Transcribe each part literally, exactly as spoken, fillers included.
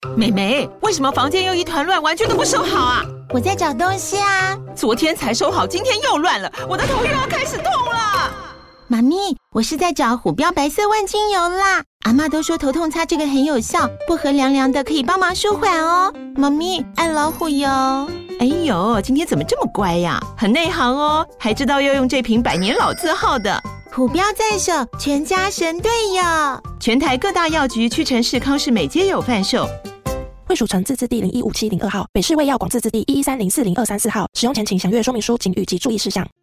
妹妹，为什么房间又一团乱，完全都不收好啊？ 我在找东西啊。 昨天才收好，今天又乱了，我的头又要开始痛了。 妈咪，我是在找虎标白色万金油啦。阿嬷都说头痛擦这个很有效，薄荷凉凉的，可以帮忙舒缓哦。妈咪，爱老虎油。 哎呦，今天怎么这么乖呀？很内行哦，还知道要用这瓶百年老字号的。 虎标在手，全家神队友。 全台各大药局、屈臣氏、康士美皆有贩售。 卫署成字字第零一五七零二号，北市卫药广字字第一一三零四零二三四号。使用前请详阅说明书警语及注意事项。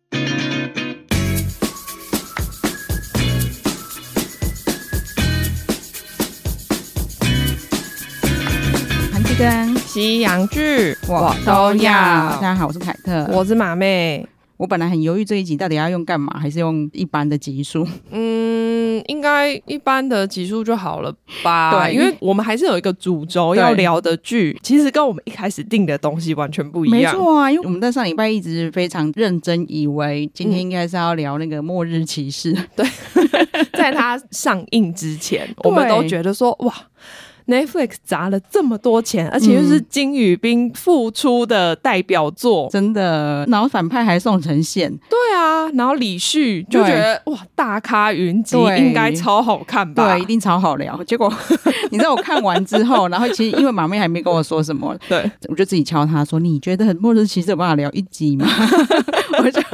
韩剧跟西洋剧我都要。大家好，我是凯特， 我是马妹。 我本来很犹豫这一集到底要用干嘛，还是用一般的集数？ 嗯，应该一般的集数就好了吧？ 对， 因为我们还是有一个主轴要聊的剧，其实跟我们一开始定的东西完全不一样。 没错啊，因为我们在上礼拜一直非常认真，以为今天应该是要聊那个《末日骑士》嗯。 对，在它上映之前，我们都觉得说哇。Netflix 砸了这么多钱，而且又是金宇彬复出的代表作， 嗯、真的。然后反派还宋承宪， 对啊，然后李旭就觉得哇，大咖云集，应该超好看吧？ 对，一定超好聊。结果你知道我看完之后，然后其实因为马妹还没跟我说什么， 对， 我就自己敲他说：“你觉得《末日骑士》有办法聊一集吗？”我就。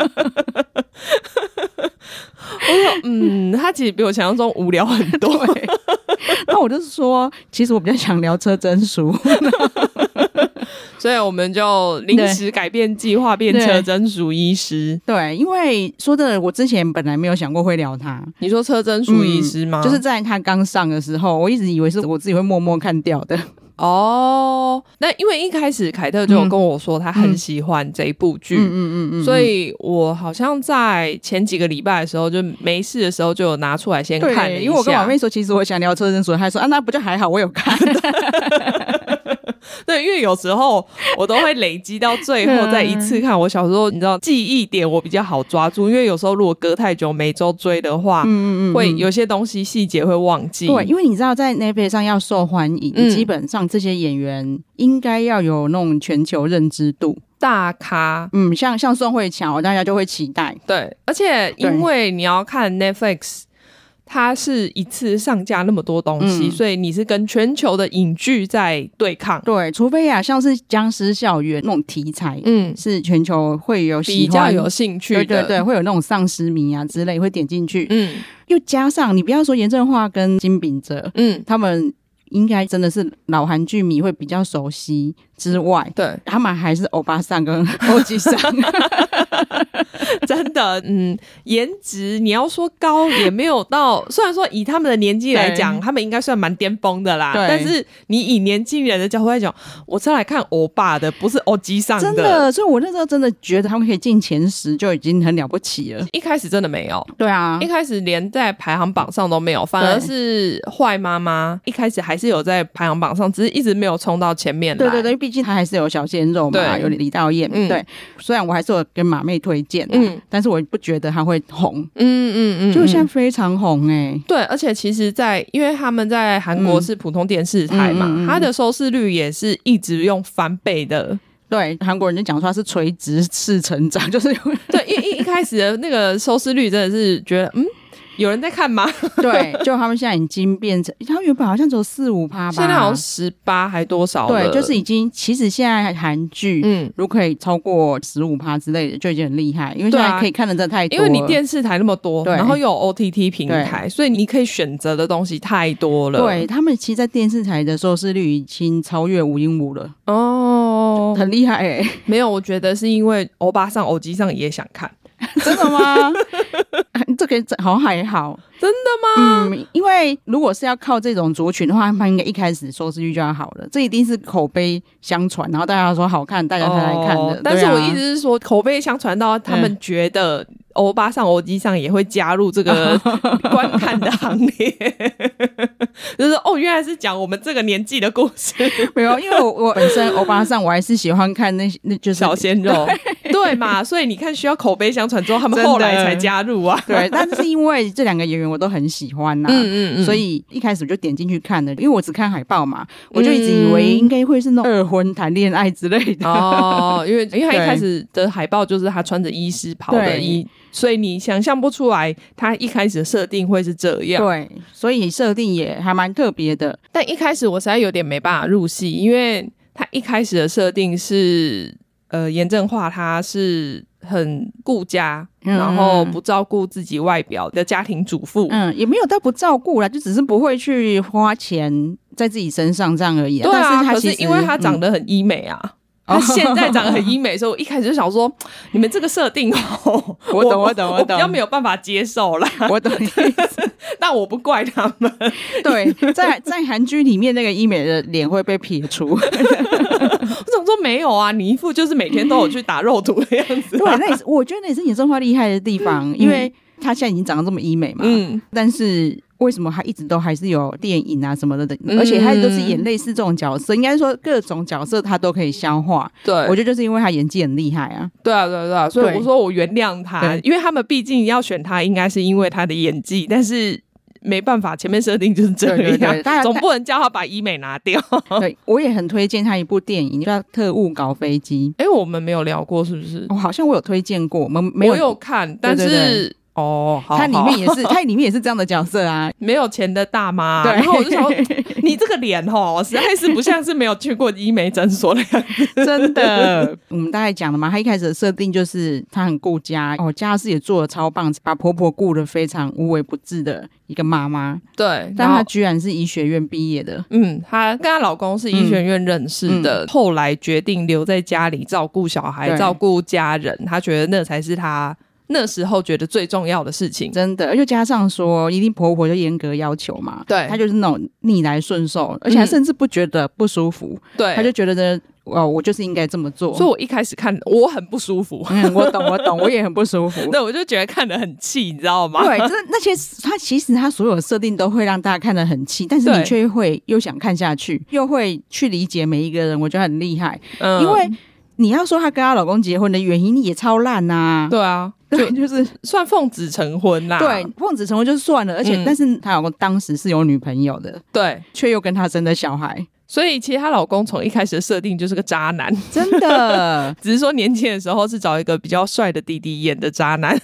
我说嗯，他其实比我想象中无聊很多。 那我就是说，其实我比较想聊车真淑， 所以我们就临时改变计划，变车真淑医师。 对，因为说真的，我之前本来没有想过会聊他。 你说车真淑医师吗？ 嗯、就是在他刚上的时候，我一直以为是我自己会默默看掉的。 哦，那因为一开始凯特就有跟我说他很喜欢这一部剧，嗯嗯嗯，所以我好像在前几个礼拜的时候，就没事的时候就有拿出来先看了一下。 因为我跟马妹说，其实我想聊车真淑，她说啊，那不就还好，我有看。 对，因为有时候我都会累积到最后再一次看。我小时候你知道记忆点我比较好抓住，因为有时候如果隔太久每周追的话，嗯嗯嗯，会有些东西细节会忘记。 对，因为你知道在 Netflix 上要受欢迎，嗯、基本上这些演员应该要有那种全球认知度。 大咖， 嗯，像像宋慧乔，大家就会期待。 对，而且因为你要看 Netflix。它是一次上架那么多东西、嗯、所以你是跟全球的影剧在对抗。 对，除非啊像是僵尸校园那种题材，嗯，是全球会有喜欢比较有兴趣的， 对对对，会有那种丧尸迷啊之类会点进去。嗯，又加上你不要说严正化跟金秉哲，嗯，他们应该真的是老韩剧迷会比较熟悉之外， 对， 他们还是欧巴桑跟欧吉桑。 真的，嗯，颜值你要说高也没有到，虽然说以他们的年纪来讲，他们应该算蛮巅峰的啦。但是你以年轻人的角度来讲，我是来看欧巴的，不是欧吉桑的。 真的，所以我那时候真的觉得他们可以进前十就已经很了不起了。 一开始真的没有， 对啊， 一开始连在排行榜上都没有，反而是坏妈妈一开始还是有在排行榜上，只是一直没有冲到前面来。 对对对，毕竟他还是有小鲜肉嘛，有李道彦、嗯。对，虽然我还是有跟马妹推荐、啊，嗯，但是我不觉得他会红。嗯嗯嗯，就现在非常红哎、欸。 对，而且其实在，因为他们在韩国是普通电视台嘛，嗯嗯嗯嗯、它的收视率也是一直用翻倍的。 对，韩国人就讲说他是垂直式成长，就是对，一一一开始的那个收视率真的是觉得嗯。有人在看吗？ 对，就他们现在已经变成，他原本好像只有四五趴吧， 现在好像十八还多少了？ 对，就是已经，其实现在韩剧，嗯，如果可以超过十五趴之类的，就已经很厉害，因为现在可以看的真的太多了、啊。 因为你电视台那么多，然后又有 O T T 平台，所以你可以选择的东西太多了。 对，他们其实，在电视台的收视率已经超越无影舞了。哦，很厉害哎、欸！ 没有，我觉得是因为欧巴上、欧基上也想看。 真的吗？这个好像还好。 真的吗？ 嗯，因为如果是要靠这种族群的话，他们应该一开始收视率就要好了。这一定是口碑相传，然后大家说好看，大家才来看的。哦、 但是我意思是说，口碑相传到他们觉得欧巴上、欧基上也会加入这个观看的行列，就是哦，原来是讲我们这个年纪的故事。 没有，因为我我本身欧巴上我还是喜欢看那那就是小鲜肉。对对嘛，所以你看需要口碑相传之后他们后来才加入啊。 对，但是因为这两个演员我都很喜欢呐、啊嗯嗯嗯，所以一开始我就点进去看了，因为我只看海报嘛，我就一直以为应该会是那种二婚谈恋爱之类的哦，因为因为他一开始的海报就是他穿着医师袍的衣，所以你想象不出来他一开始的设定会是这样。 对，所以设定也还蛮特别的。 但一开始我实在有点没办法入戏，因为他一开始的设定是呃，严正化他是很顾家、嗯、然后不照顾自己外表的家庭主妇。 嗯，也没有到不照顾啦，就只是不会去花钱在自己身上这样而已。 对啊， 但是他其实可是因为他长得很医美啊、嗯他现在长得很医美，所以我一开始就想说，你们这个设定哦， 我懂，我懂，我懂，我比较没有办法接受啦。 我懂你意思， 但我不怪他们。 对，在在韩剧里面，那个医美的脸会被撇除。我想说没有啊，你一副就是每天都有去打肉毒的样子、啊。 对，那也是我觉得那也是严正化厉害的地方，嗯、因为他现在已经长得这么医美嘛，嗯，但是。为什么他一直都还是有电影啊什么的、嗯、而且他都是演类似这种角色，应该说各种角色他都可以消化。对，我觉得就是因为他演技很厉害啊。 对啊对啊对啊，所以我说我原谅他，因为他们毕竟要选他应该是因为他的演技，但是没办法，前面设定就是这样，对对对，总不能叫他把医美拿掉。 对，我也很推荐他一部电影叫《特务搞飞机》。 哎，我们没有聊过是不是？ 哦，好像我有推荐过，我们没有， 我有看，但是。对对对哦，好好他里面也是，他里面也是这样的角色啊， 没有钱的大妈。对，然后我就想，你这个脸哦，实在是不像是没有去过医美诊所的样子。 真的，我们大概讲了嘛，他一开始的设定就是他很顾家，哦，家事也做得超棒，把婆婆顾得非常无微不至的一个妈妈。 对， 但她居然是医学院毕业的。 嗯，她跟她老公是医学院认识的，嗯、后来决定留在家里照顾小孩、照顾家人，她觉得那才是她。那时候觉得最重要的事情， 真的，而且加上说，一定婆婆就严格要求嘛，对，她就是那种逆来顺受，而且她甚至不觉得不舒服，对、嗯，她就觉得哦，我就是应该这么做。 所以我一开始看我很不舒服， 嗯，我懂，我懂，我也很不舒服。 对，我就觉得看得很气，你知道吗？ 对，就是那些他其实他所有的设定都会让大家看得很气，但是你却会又想看下去，又会去理解每一个人，我觉得很厉害，嗯，因为。你要说她跟她老公结婚的原因也超烂啊。 对啊， 对，就是算奉子成婚啦。 对，奉子成婚就算了，而且、嗯、但是她老公当时是有女朋友的， 对， 却又跟她生的小孩。 所以其实她老公从一开始的设定就是个渣男， 真的， 只是说年轻的时候是找一个比较帅的弟弟演的渣男。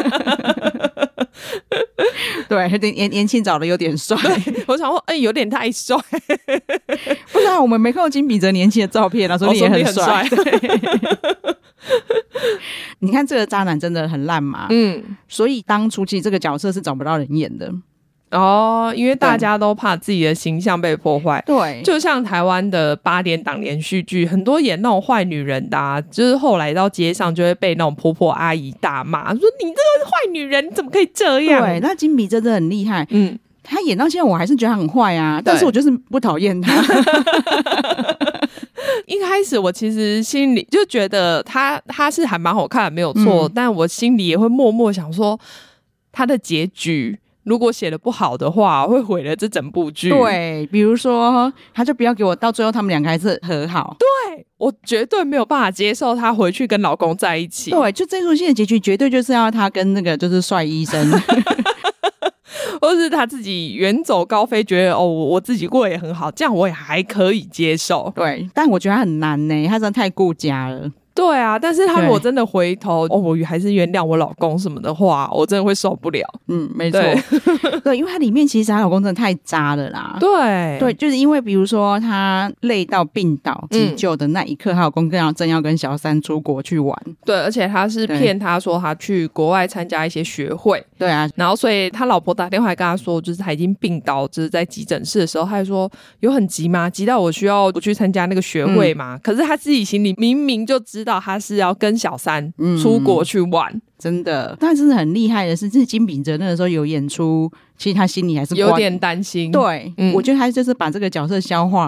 对，年年轻找的有点帅， 我想说，哎、欸，有点太帅。 不知道我们没看过金比哲年轻的照片啊，所以你也很帅。哦、你看这个渣男真的很烂嘛？嗯，所以当初其实这个角色是找不到人演的。 哦，因为大家都怕自己的形象被破坏。 对， 就像台湾的八点档连续剧，很多演那种坏女人的、啊，就是后来到街上就会被那种婆婆阿姨大骂，说你这个坏女人，你怎么可以这样？ 对，那金比真的很厉害。嗯，他演到现在，我还是觉得他很坏啊，但是我就是不讨厌他。 一开始我其实心里就觉得他他是还蛮好看的，没有错、嗯，但我心里也会默默想说，他的结局。如果写的不好的话，会毁了这整部剧。 对，比如说，他就不要给我到最后他们两个还是和好。 对，我绝对没有办法接受他回去跟老公在一起。 对，就这出戏的结局绝对就是要他跟那个就是帅医生， 或是他自己远走高飞，觉得哦，我自己过得也很好，这样我也还可以接受。 对，但我觉得他很难呢，他真的太顾家了。 对啊，但是他如果真的回头哦，我还是原谅我老公什么的话，我真的会受不了。 嗯，没错，对, 对，因为他里面其实他老公真的太渣了啦。 对对，就是因为比如说他累到病倒急救的那一刻，他老公正要正要跟小三出国去玩。 对，而且他是骗他说他去国外参加一些学会。 对啊， 然后所以他老婆打电话跟他说，就是他已经病倒，就是在急诊室的时候，他还说有很急吗？急到我需要不去参加那个学会吗？嗯、可是他自己心里明明就知道他是要跟小三出国去玩。嗯， 真的，但是很厉害的是，是金秉哲那个时候有演出，其实他心里还是有点担心。 对、嗯，我觉得他就是把这个角色消化，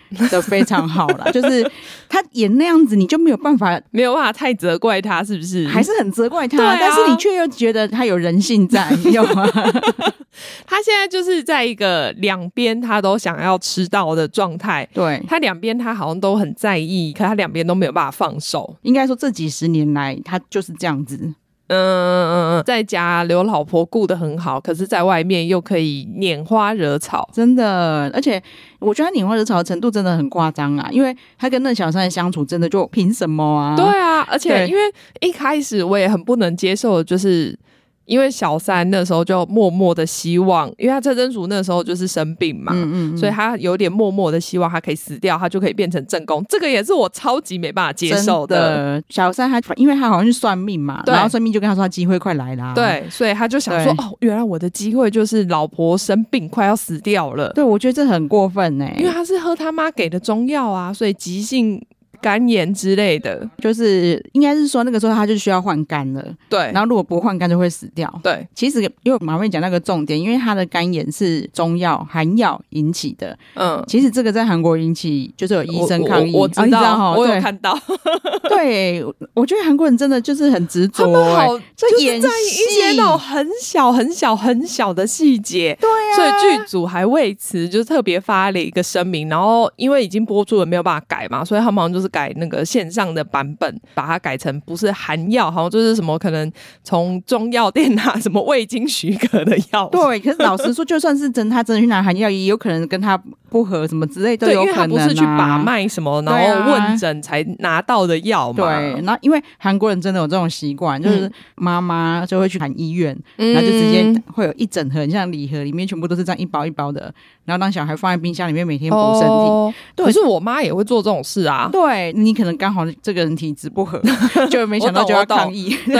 的非常好啦。就是他演那样子，你就没有办法， 没有办法太责怪他，是不是？ 还是很责怪他， 啊、 但是你却又觉得他有人性在，你有吗？ 他现在就是在一个两边他都想要吃到的状态， 对， 他两边他好像都很在意，可他两边都没有办法放手。 应该说这几十年来他就是这样子。 嗯嗯嗯，在家留老婆顾得很好，可是在外面又可以拈花惹草， 真的。而且我觉得他拈花惹草的程度真的很夸张啊，因为他跟那小三的相处真的就凭什么啊？ 对啊，而且因为一开始我也很不能接受的就是因为小三那时候就默默的希望，因为他车真淑那时候就是生病嘛，嗯嗯嗯，所以他有点默默的希望他可以死掉，他就可以变成正宫，这个也是我超级没办法接受 的, 的小三他因为他好像去算命嘛，然后算命就跟他说他机会快来啦， 对，所以他就想说哦，原来我的机会就是老婆生病快要死掉了。 对，我觉得这很过分欸， 因为他是喝他妈给的中药啊，所以急性肝炎之类的， 就是应该是说那个时候他就需要换肝了， 对， 然后如果不换肝就会死掉， 对。 其实因为马妹讲那个重点，因为他的肝炎是中药寒药引起的，嗯，其实这个在韩国引起就是有医生抗议， 我, 我, 我知道， 哦、 我有看到。 对，我觉得韩国人真的就是很执着， 他们好这演就是在意一些那种很小很小很小的细节， 对啊， 所以剧组还为此就特别发了一个声明，然后因为已经播出了没有办法改嘛，所以他们好像就是改那个线上的版本，把它改成不是寒药，好像就是什么可能从中药店拿什么未经许可的药。 对，可是老实说，就算是真他真的去拿寒药，也有可能跟他不合什么之类都有可能、啊、 对，因为他不是去把脉什么，然后问诊才拿到的药嘛。 对，然后因为韩国人真的有这种习惯，就是妈妈就会去韩医院、嗯，然后就直接会有一整盒，很像礼盒，里面全部都是这样一包一包的，然后让小孩放在冰箱里面，每天补身体。哦、对， 可是我妈也会做这种事啊。 对，你可能刚好这个人体质不合，就没想到就要抗议。对,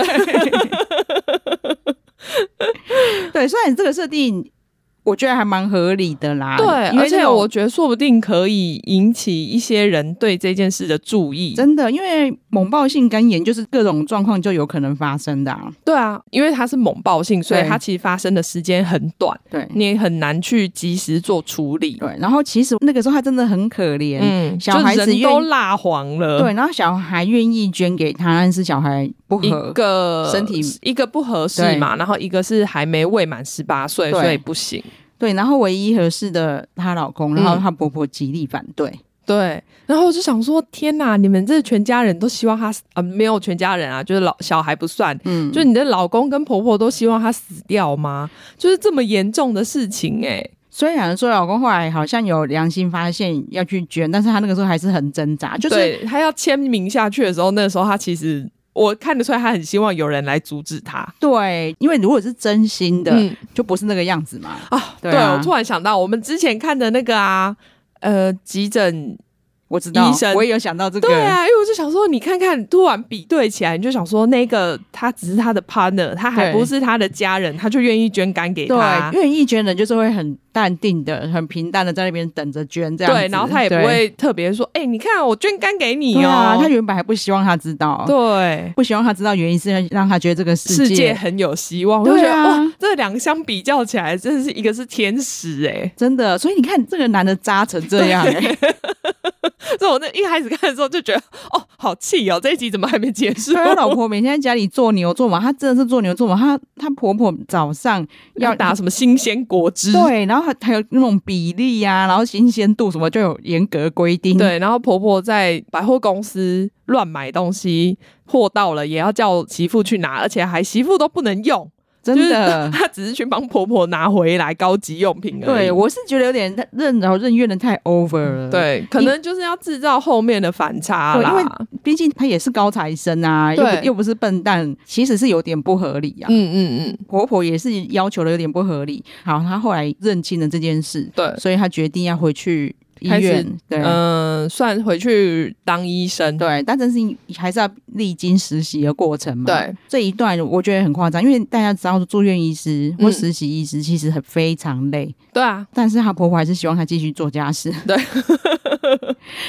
对，虽然这个设定我觉得还蛮合理的啦， 对， 因为而且我觉得说不定可以引起一些人对这件事的注意。 真的，因为猛暴性肝炎就是各种状况就有可能发生的、啊。 对啊，因为它是猛暴性，所以它其实发生的时间很短，对，你也很难去及时做处理。 对，然后其实那个时候他真的很可怜，嗯，小孩子人都蜡黄了， 对，然后小孩愿意捐给他，但是小孩不合， 一个身体一个不合适嘛，然后一个是还没未满十八岁，所以不行。 对，然后唯一合适的她老公，然后她婆婆极力反对、嗯， 对，然后我就想说，天哪，你们这全家人都希望她啊，没有全家人啊，就是老小孩不算，嗯，就是你的老公跟婆婆都希望她死掉吗？就是这么严重的事情哎、欸。 虽然说老公后来好像有良心发现要去捐，但是他那个时候还是很挣扎，就是对他要签名下去的时候，那个时候他其实。我看得出来他很希望有人来阻止他。 对，因为如果是真心的、嗯、就不是那个样子嘛。 啊，对啊，对，我突然想到我们之前看的那个啊呃急诊我知道医生， 我也有想到这个。 对啊，因为我就想说你看看突然比对起来，你就想说那个他只是他的 partner， 他还不是他的家人，他就愿意捐肝给他。 对，愿意捐的就是会很淡定的很平淡的在那边等着捐这样子。 对，然后他也不会特别说哎、欸，你看我捐肝给你哦、 啊、他原本还不希望他知道， 对， 不希望他知道原因是让他觉得这个世界世界很有希望。我就觉得哇，这两个相比较起来真的是一个是天使哎、欸， 真的。所以你看这个男的渣成这样哎、欸， 所以我那一开始看的时候就觉得哦好气哦，这一集怎么还没结束？ 他老婆每天在家里做牛做马，她真的是做牛做马。她她婆婆早上要打什么新鲜果汁， 对，然后还有那种比例啊，然后新鲜度什么就有严格规定。 对，然后婆婆在百货公司乱买东西，货到了也要叫媳妇去拿，而且还媳妇都不能用。 真的， 她、就是、只是去帮婆婆拿回来高级用品而已。 对，我是觉得有点任劳任怨的太 over 了。 对，可能就是要制造后面的反差啦。 因为毕竟她也是高材生啊，又 不, 又不是笨蛋，其实是有点不合理啊。嗯嗯嗯，婆婆也是要求的有点不合理。好，她后来认清了这件事，对，所以她决定要回去医院，对， 嗯、呃，算回去当医生， 对，但真是还是要历经实习的过程嘛。 对， 这一段我觉得很夸张，因为大家知道住院医师或实习医师其实很非常累， 对啊， 但是她婆婆还是希望她继续做家事， 对。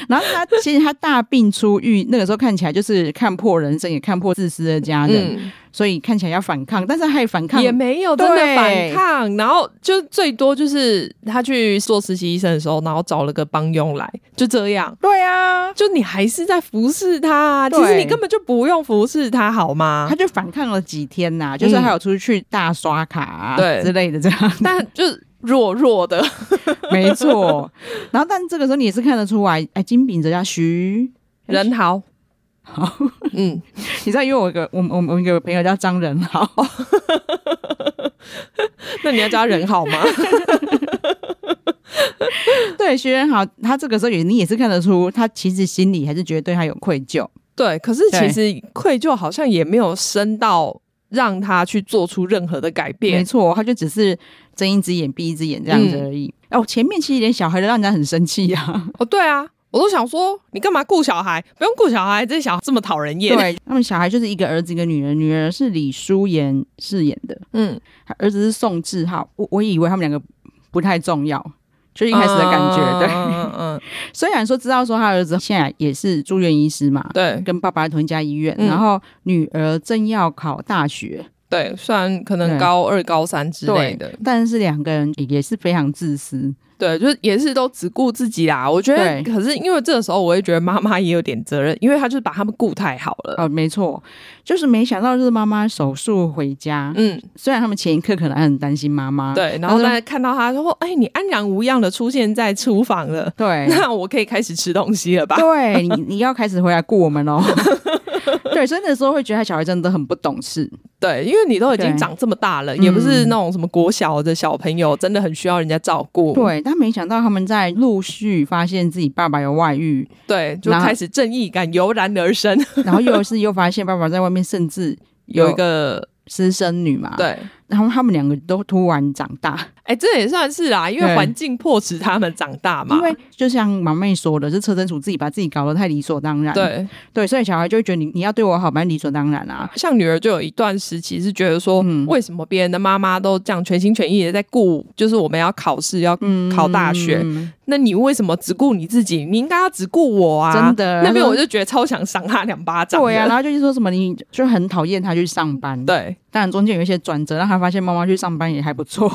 然后他其实他大病初愈，那个时候看起来就是看破人生，也看破自私的家人。嗯，所以看起来要反抗，但是他也反抗也没有真的反抗，然后就最多就是他去做实习医生的时候，然后找了个帮佣来，就这样。 对啊， 就你还是在服侍他，其实你根本就不用服侍他好吗？ 他就反抗了几天呐、啊，就是还有出去大刷卡、啊嗯、之类的这样， 但就是弱弱的， 没错。然后但这个时候你也是看得出来，哎，金秉哲叫徐仁豪。 好，嗯，你知道，因为我有个我我我有个朋友叫张仁豪， 那你要叫他仁豪吗？ 对，徐仁豪，他这个时候也你也是看得出，他其实心里还是觉得对他有愧疚。 对，可是其实愧疚好像也没有深到让他去做出任何的改变。 没错，他就只是睁一只眼闭一只眼这样子而已。嗯、哦，前面其实连小孩都让人家很生气啊。 哦，对啊。我都想说，你干嘛顾小孩？不用顾小孩，这小孩这么讨人厌。 对，他们小孩就是一个儿子一个女儿，女儿是李淑妍饰演的，嗯，儿子是宋智浩。我我以为他们两个不太重要，就一开始的感觉，嗯、对，嗯嗯。虽然说知道说他儿子现在也是住院医师嘛， 对， 跟爸爸同一家医院，嗯、然后女儿正要考大学。 对，虽然可能高二、高三之类的， 但是两个人也是非常自私。 对，就是也是都只顾自己啦。我觉得，可是因为这个时候，我会觉得妈妈也有点责任，因为她就是把他们顾太好了。 哦，没错，就是没想到就是妈妈手术回家，嗯，虽然他们前一刻可能还很担心妈妈， 对，然后但是看到她说：“哎，你安然无恙的出现在厨房了， 对， 那我可以开始吃东西了吧？” 对，你你要开始回来顾我们喽。对，所以那时候会觉得他小孩真的很不懂事。 对，因为你都已经长这么大了，也不是那种什么国小的小朋友，真的很需要人家照顾。 对，但没想到他们在陆续发现自己爸爸有外遇， 对，就开始正义感油然而生。 然后又是又发现爸爸在外面甚至有一个私生女嘛， 对。 然后他们两个都突然长大， 哎、欸，这也算是啦，因为环境迫使他们长大嘛。 因为就像马妹说的，是车真楚自己把自己搞得太理所当然。 对对，所以小孩就会觉得你你要对我好，蛮理所当然啊。 像女儿就有一段时期是觉得说，嗯、为什么别人的妈妈都这样全心全意的在顾，就是我们要考试要考大学，嗯、那你为什么只顾你自己？你应该要只顾我啊！ 真的， 那边我就觉得超想赏他两巴掌。 对啊，然后就是说什么你就很讨厌他去上班。 对。 当然中间有一些转折，让他发现妈妈去上班也还不错。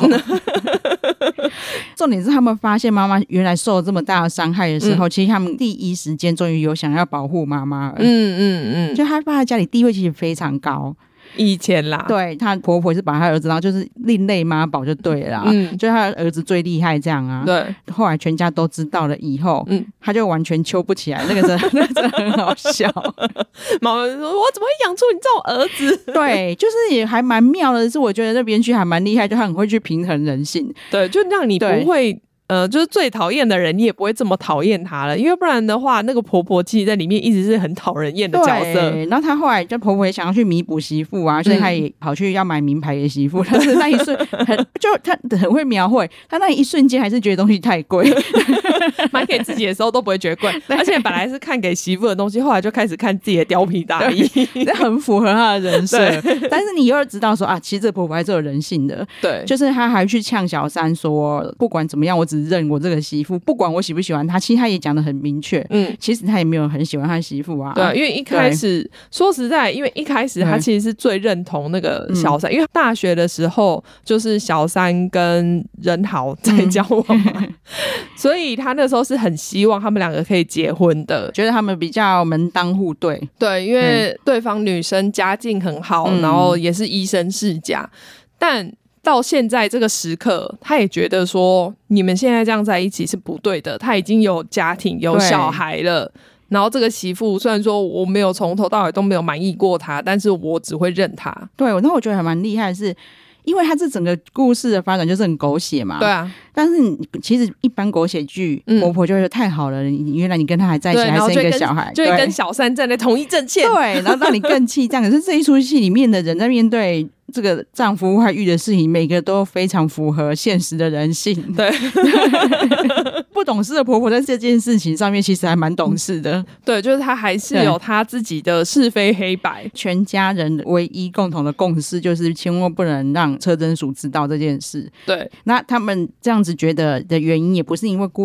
重点是他们发现妈妈原来受了这么大的伤害的时候，嗯、其实他们第一时间终于有想要保护妈妈了。嗯嗯嗯，就他爸在家里地位其实非常高。 以前啦， 对，她婆婆是把她儿子，然后就是另类妈宝就对了啦，嗯，就是她儿子最厉害这样啊。 对， 后来全家都知道了以后，嗯，他就完全揪不起来，那个真的，那个真的很好笑。 妈妈说：“我怎么会养出你这种儿子？” 对，就是也还蛮妙的，是我觉得那编剧还蛮厉害，就他很会去平衡人性， 对，就让你不会。呃，就是最讨厌的人，你也不会这么讨厌他了，因为不然的话，那个婆婆其实在里面一直是很讨人厌的角色。 对，然后她后来就婆婆也想要去弥补媳妇啊，所以她也跑去要买名牌的媳妇，嗯、但是那一瞬很就她很会描绘，她那一瞬间还是觉得东西太贵， 买给自己的时候都不会觉得贵，而且本来是看给媳妇的东西，后来就开始看自己的貂皮大衣， 很符合她的人设。但是你又要知道说啊，其实这个婆婆还是有人性的， 对， 就是她还去呛小三说，不管怎么样，我只认我这个媳妇，不管我喜不喜欢她，其实她也讲得很明确，嗯，其实她也没有很喜欢她媳妇啊， 对，因为一开始说实在，因为一开始她其实是最认同那个小三，嗯、因为大学的时候就是小三跟仁豪在交往嘛，嗯、所以她那时候是很希望他们两个可以结婚的， 觉得他们比较门当户对， 对，因为对方女生家境很好，嗯、然后也是医生世家，但到现在这个时刻，他也觉得说你们现在这样在一起是不对的，他已经有家庭有小孩了，然后这个媳妇虽然说我没有从头到尾都没有满意过他，但是我只会认他。对， 那我觉得还蛮厉害的是，因为他这整个故事的发展就是很狗血嘛， 对啊， 但是你其实一般狗血剧，嗯、婆婆就会说太好了，你原来你跟他还在一起，还生一个小孩， 就会跟小三站在同一阵线， 对，然后让你更气这样。可是这一出戏里面的人在面对这个丈夫外遇的事情，每个都非常符合现实的人性。 对， 不懂事的婆婆在这件事情上面其实还蛮懂事的。 对，就是她还是有她自己的是非黑白。 全家人唯一共同的共识就是千万不能让车真淑知道这件事。 对， 那他们这样子觉得的原因，也不是因为故意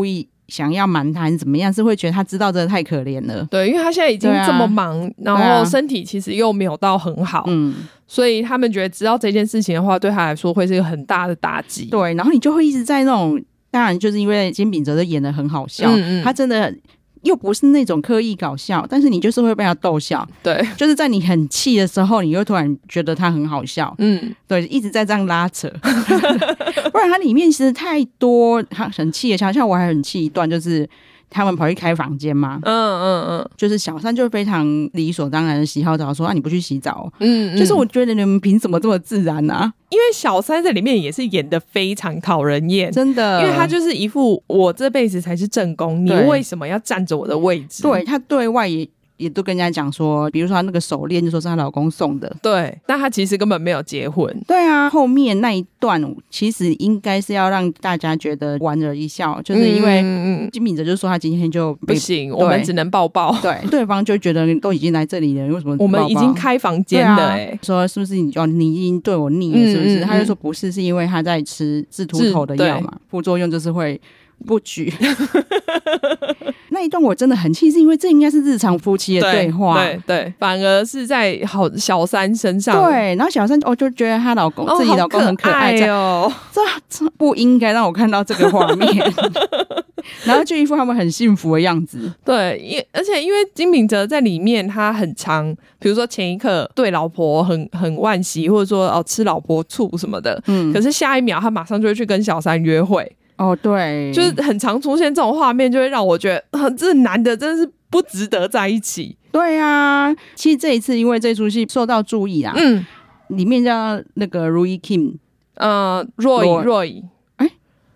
想要瞒他还是怎么样，是会觉得他知道真的太可怜了。 对，因为他现在已经这么忙、啊、然后身体其实又没有到很好，嗯，所以他们觉得知道这件事情的话对他来说会是一个很大的打击。 对，然后你就会一直在那种，当然就是因为金秉哲的演得很好笑，嗯嗯，他真的又不是那种刻意搞笑，但是你就是会被他逗笑。 对， 就是在你很气的时候，你又突然觉得他很好笑。嗯，对，一直在这样拉扯。不然它里面其实太多很气的，像像我还很气一段，就是他们跑去开房间嘛，嗯嗯嗯，就是小三就非常理所当然的洗好澡说啊你不去洗澡，嗯, 嗯，就是我觉得你们凭什么这么自然啊？ 因为小三在里面也是演得非常讨人厌， 真的， 因为他就是一副我这辈子才是正宫，你为什么要占着我的位置？ 对，他对外也也都跟人家讲说，比如说他那个手链就说是她老公送的， 对，但他其实根本没有结婚。 对啊，后面那一段其实应该是要让大家觉得莞尔一笑，就是因为金秉哲就说他今天就不行，我们只能抱抱。 对，对方就觉得都已经来这里了，为什么抱抱？ 我们已经开房间了、欸啊、 说是不是你就你已经对我腻了，是不是？嗯嗯嗯，他就说不是，是因为他在吃治秃头的药嘛，副作用就是会不举。那一段我真的很气，是因为这应该是日常夫妻的对话， 对 对, 对，反而是在好小三身上。 对，然后小三我、哦、就觉得她老公、哦、自己老公很可爱哦， 这这不应该让我看到这个画面。然后就一副他们很幸福的样子。 对，因而且因为金秉哲在里面他很常，比如说前一刻对老婆很很惋惜，或者说哦吃老婆醋什么的，嗯，可是下一秒他马上就会去跟小三约会。 哦，对， 就是很常出现这种画面，就会让我觉得、呃、这男的真的是不值得在一起。 对啊，其实这一次因为这出戏受到注意啦，嗯，里面叫那个 Roy Kim， 呃 Roy Roy， 哎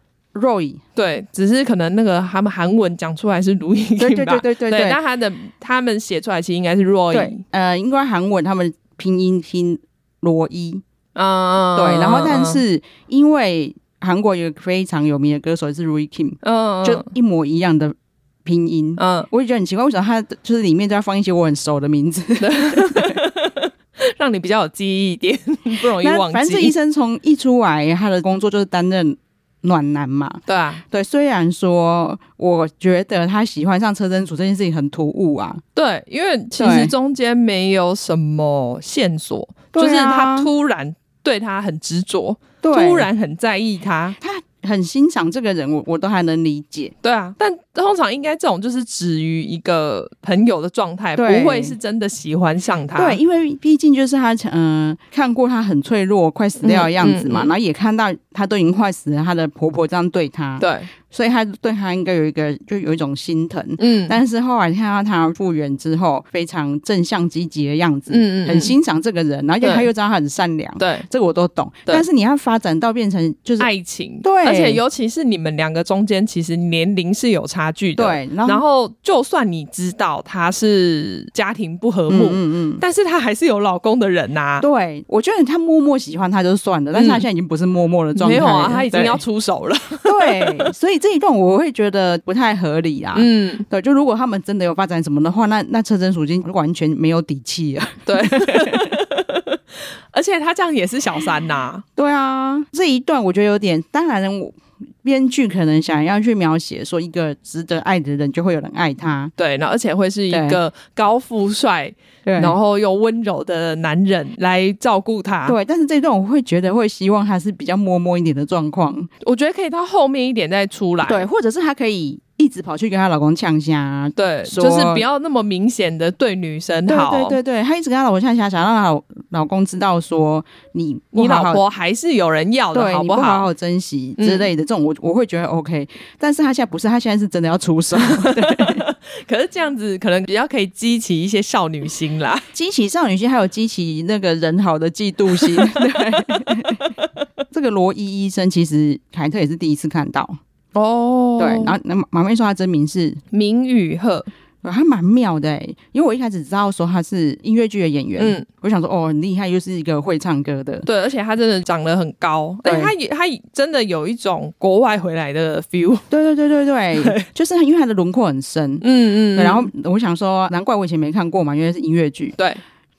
Roy， 对，只是可能那个他们韩文讲出来是 Roy Kim 吧， 对对对对 对, 对， 但他的他们写出来其实应该是 Roy， 对，呃，应该韩文他们拼音拼罗伊，嗯，对，然后但是因为韩国有一个非常有名的歌手是 Roy Kim， 嗯，就一模一样的拼音，嗯，我也觉得很奇怪，为什么他就是里面都要放一些我很熟的名字， 让你比较有记忆一点，不容易忘记。 反正这医生从一出来，他的工作就是担任暖男嘛， 对啊， 对。虽然说，我觉得他喜欢上车真楚这件事情很突兀啊， 对，因为其实中间没有什么线索，就是他突然对他很执着。突然很在意他， 他很欣赏这个人，我我都还能理解。 对啊，但通常应该这种就是止于一个朋友的状态，不会是真的喜欢上他。 对，因为毕竟就是他，嗯、呃，看过他很脆弱、快死掉的样子嘛，嗯嗯嗯，然后也看到他都已经快死了，他的婆婆这样对他， 对， 所以他对他应该有一个就有一种心疼。嗯，但是后来看到他复原之后，非常正向积极的样子，嗯嗯嗯，很欣赏这个人，然后他又知道他很善良，对，这个我都懂。但是你要发展到变成就是爱情， 对， 而且尤其是你们两个中间其实年龄是有差距的， 对，然后, 然后就算你知道他是家庭不和睦，嗯嗯嗯，但是他还是有老公的人呐、啊。 对，我觉得他默默喜欢他就算了，但是他现在已经不是默默的状态、嗯， 没有啊，他已经要出手了。 对，所以这一段我会觉得不太合理啊。嗯，对，就如果他们真的有发展什么的话，那那车真淑已经完全没有底气了。 对。而且他这样也是小三呐、啊。 对啊，这一段我觉得有点，当然我编剧可能想要去描写说一个值得爱的人就会有人爱他， 对，然后而且会是一个高富帅然后又温柔的男人来照顾他。 对，但是这段我会觉得会希望他是比较默默一点的状况， 我觉得可以到后面一点再出来。 对，或者是他可以一直跑去跟她老公呛虾， 对，就是不要那么明显的对女生好。 对对对对，他一直跟她老公呛虾，想让她老公知道说你你老婆还是有人要的， 对， 好不好？ 你不好好珍惜之类的、嗯、这种我我会觉得 OK。但是他现在不是，他现在是真的要出手。 可是这样子可能比较可以激起一些少女心啦， 激起少女心，还有激起那个人好的嫉妒心。对，这个罗伊医生其实凯特也是第一次看到。哦，对，然后马妹说他真名是明宇赫， 他蛮妙的哎，因为我一开始知道说他是音乐剧的演员，嗯，我想说哦很厉害，又是一个会唱歌的， 对，而且他真的长得很高，而且他也他真的有一种国外回来的 feel， 对对对对 对, 對，就是因为他的轮廓很深，嗯嗯，然后我想说难怪我以前没看过嘛，因为是音乐剧， 对。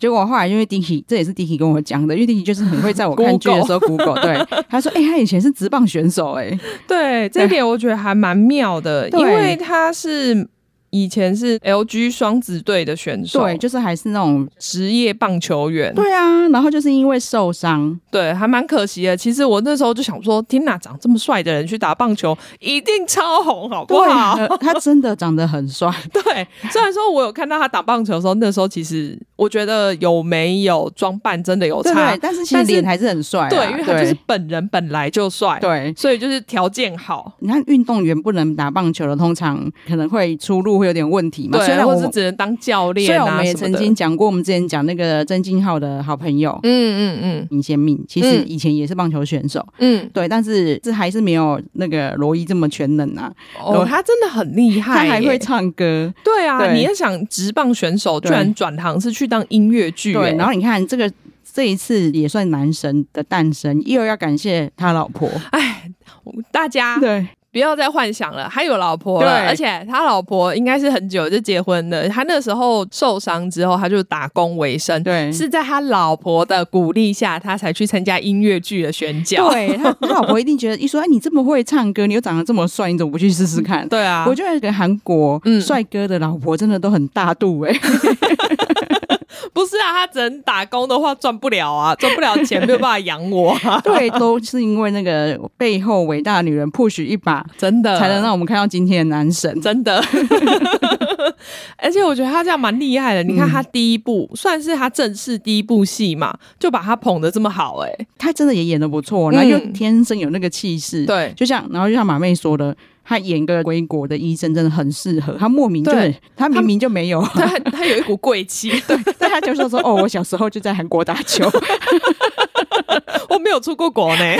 结果后来因为 Dicky 这也是 Dicky 跟我讲的，因为 Dicky 就是很会在我看剧的时候 Google 对，他说哎、欸，他以前是职棒选手哎、欸， 对，这一点我觉得还蛮妙的，因为他是以前是 L G 双子队的选手， 对，就是还是那种职业棒球员。 对啊，然后就是因为受伤， 对，还蛮可惜的。其实我那时候就想说，天哪，长这么帅的人去打棒球，一定超红，好不好？ 对，他真的长得很帅。 对，虽然说我有看到他打棒球的时候，那时候其实我觉得有没有装扮真的有差， 对，但是其实脸还是很帅、啊。 对，因为他就是本人本来就帅， 对， 所以就是条件好。 你看运动员不能打棒球的，通常可能会出路会有点问题嘛。 对，或是只能当教练、啊。 虽然我们也曾经讲过，我们之前讲那个曾敬镐的好朋友， 嗯嗯嗯， 尹先命，其实以前也是棒球选手，嗯，对，但是这还是没有那个罗伊这么全能啊。 哦，他真的很厉害， 他还会唱歌。 对啊，对，你要想职棒选手居然转行是去当音乐剧， 对，然后你看这个这一次也算男神的诞生，又要感谢他老婆。 哎，大家对。 不要再幻想了，他有老婆了，而且他老婆应该是很久就结婚了。他那时候受伤之后，他就打工为生，对，是在他老婆的鼓励下，他才去参加音乐剧的选角。 对，他他老婆一定觉得，一说哎，你这么会唱歌，你又长得这么帅，你怎么不去试试看？ 对啊， 我觉得跟韩国帅哥的老婆真的都很大度哎、欸。 不是啊，他只能打工的话赚不了啊，赚不了钱没有办法养我、啊。 对，都是因为那个背后伟大的女人 push 一把， 真的才能让我们看到今天的男神， 真的。而且我觉得他这样蛮厉害的，你看他第一部、嗯、算是他正式第一部戏嘛，就把他捧得这么好、欸，哎， 他真的也演得不错，然后又天生有那个气势、嗯，对，就像然后就像马妹说的。他演个归国的医生真的很适合，他莫名就他明明就没有， 他他有一股贵气， 对，但他就说说哦，我小时候就在韩国打球， 我没有出过国呢，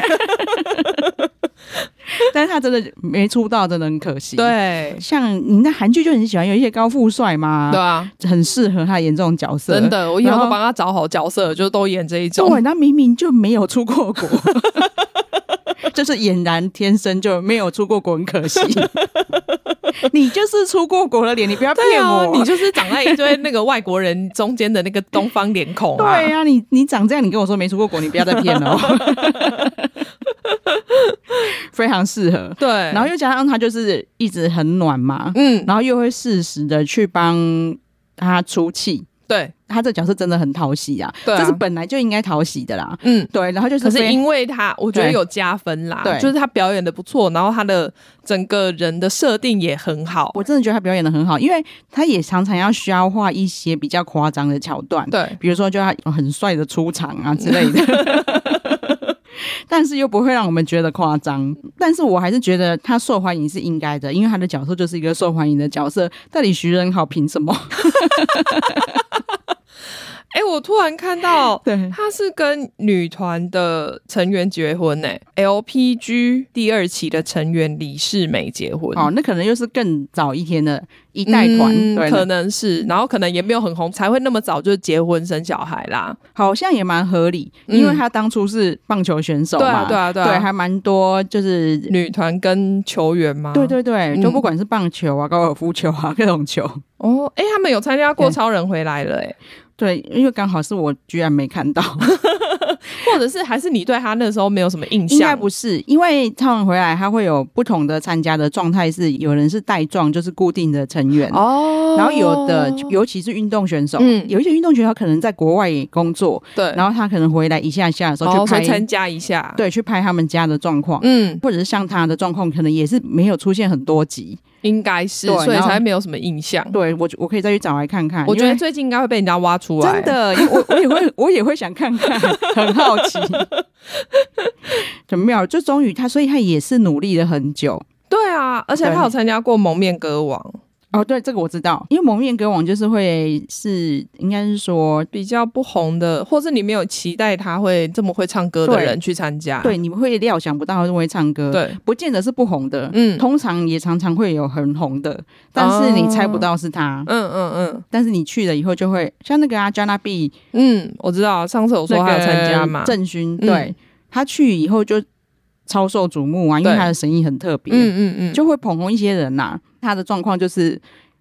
但是他真的没出道，真的很可惜。 对， 像你那韩剧就很喜欢有一些高富帅嘛，对啊，很适合他演这种角色。 真的，我以后都帮他找好角色，就都演这一种。 对，他明明就没有出过国。就是俨然天生就没有出过国，很可惜。你就是出过国的脸，你不要骗我、 啊。你就是长在一堆那个外国人中间的那个东方脸孔、啊。 对啊，你你长这样，你跟我说没出过国，你不要再骗了、哦。非常适合。对，然后又加上他就是一直很暖嘛，嗯，然后又会适时的去帮他出气。对，他这角色真的很讨喜啊，对啊，这是本来就应该讨喜的啦。嗯，对，然后就是， 可是因为他，我觉得有加分啦，对，就是他表演的不错，然后他的整个人的设定也很好。 我真的觉得他表演的很好，因为他也常常要消化一些比较夸张的桥段，对，比如说就他很帅的出场啊之类的。但是又不会让我们觉得夸张，但是我还是觉得他受欢迎是应该的，因为他的角色就是一个受欢迎的角色。到底徐仁豪凭什么？ 哎、欸，我突然看到，对，他是跟女团的成员结婚呢、欸、，L P G 第二期的成员李世美结婚。 哦，那可能又是更早一天的一代团、嗯，对， 可能是，然后可能也没有很红，才会那么早就结婚生小孩啦。 好像也蛮合理，因为他当初是棒球选手嘛， 嗯、对啊，对啊，对啊， 对，还蛮多就是女团跟球员嘛， 对对对，就不管是棒球啊、嗯、高尔夫球啊各种球。 哦，哎、欸，他们有参加过超人回来了、欸，哎。 对，因为刚好是我居然没看到， 或者是还是你对他那时候没有什么印象？ 应该不是，因为超人回来他会有不同的参加的状态，是有人是带状，就是固定的成员哦，然后有的尤其是运动选手，嗯，有一些运动选手可能在国外工作，对，然后他可能回来一下下的时候去拍、哦、 参加一下， 对，去拍他们家的状况，嗯，或者是像他的状况，可能也是没有出现很多集。 应该是，所以才没有什么印象。 对，我我可以再去找来看看。 我觉得最近应该会被人家挖出来。 真的，我我也会我也会想看看，很好奇。很妙，就终于他，所以他也是努力了很久。 对啊，而且他有参加过《蒙面歌王》。 哦，对，这个我知道，因为蒙面歌王就是会是应该是说比较不红的，或是你没有期待他会这么会唱歌的人去参加， 对，你们会料想不到他这么会唱歌，对，不见得是不红的，嗯，通常也常常会有很红的，但是你猜不到是他，嗯嗯嗯，但是你去了以后就会像那个啊 Jana B， 嗯，我知道，上次我说他有参加嘛， 郑勋，对、嗯、他去以后就超受瞩目啊，因为他的声音很特别，嗯嗯嗯，就会捧红一些人呐、啊。他的状况就是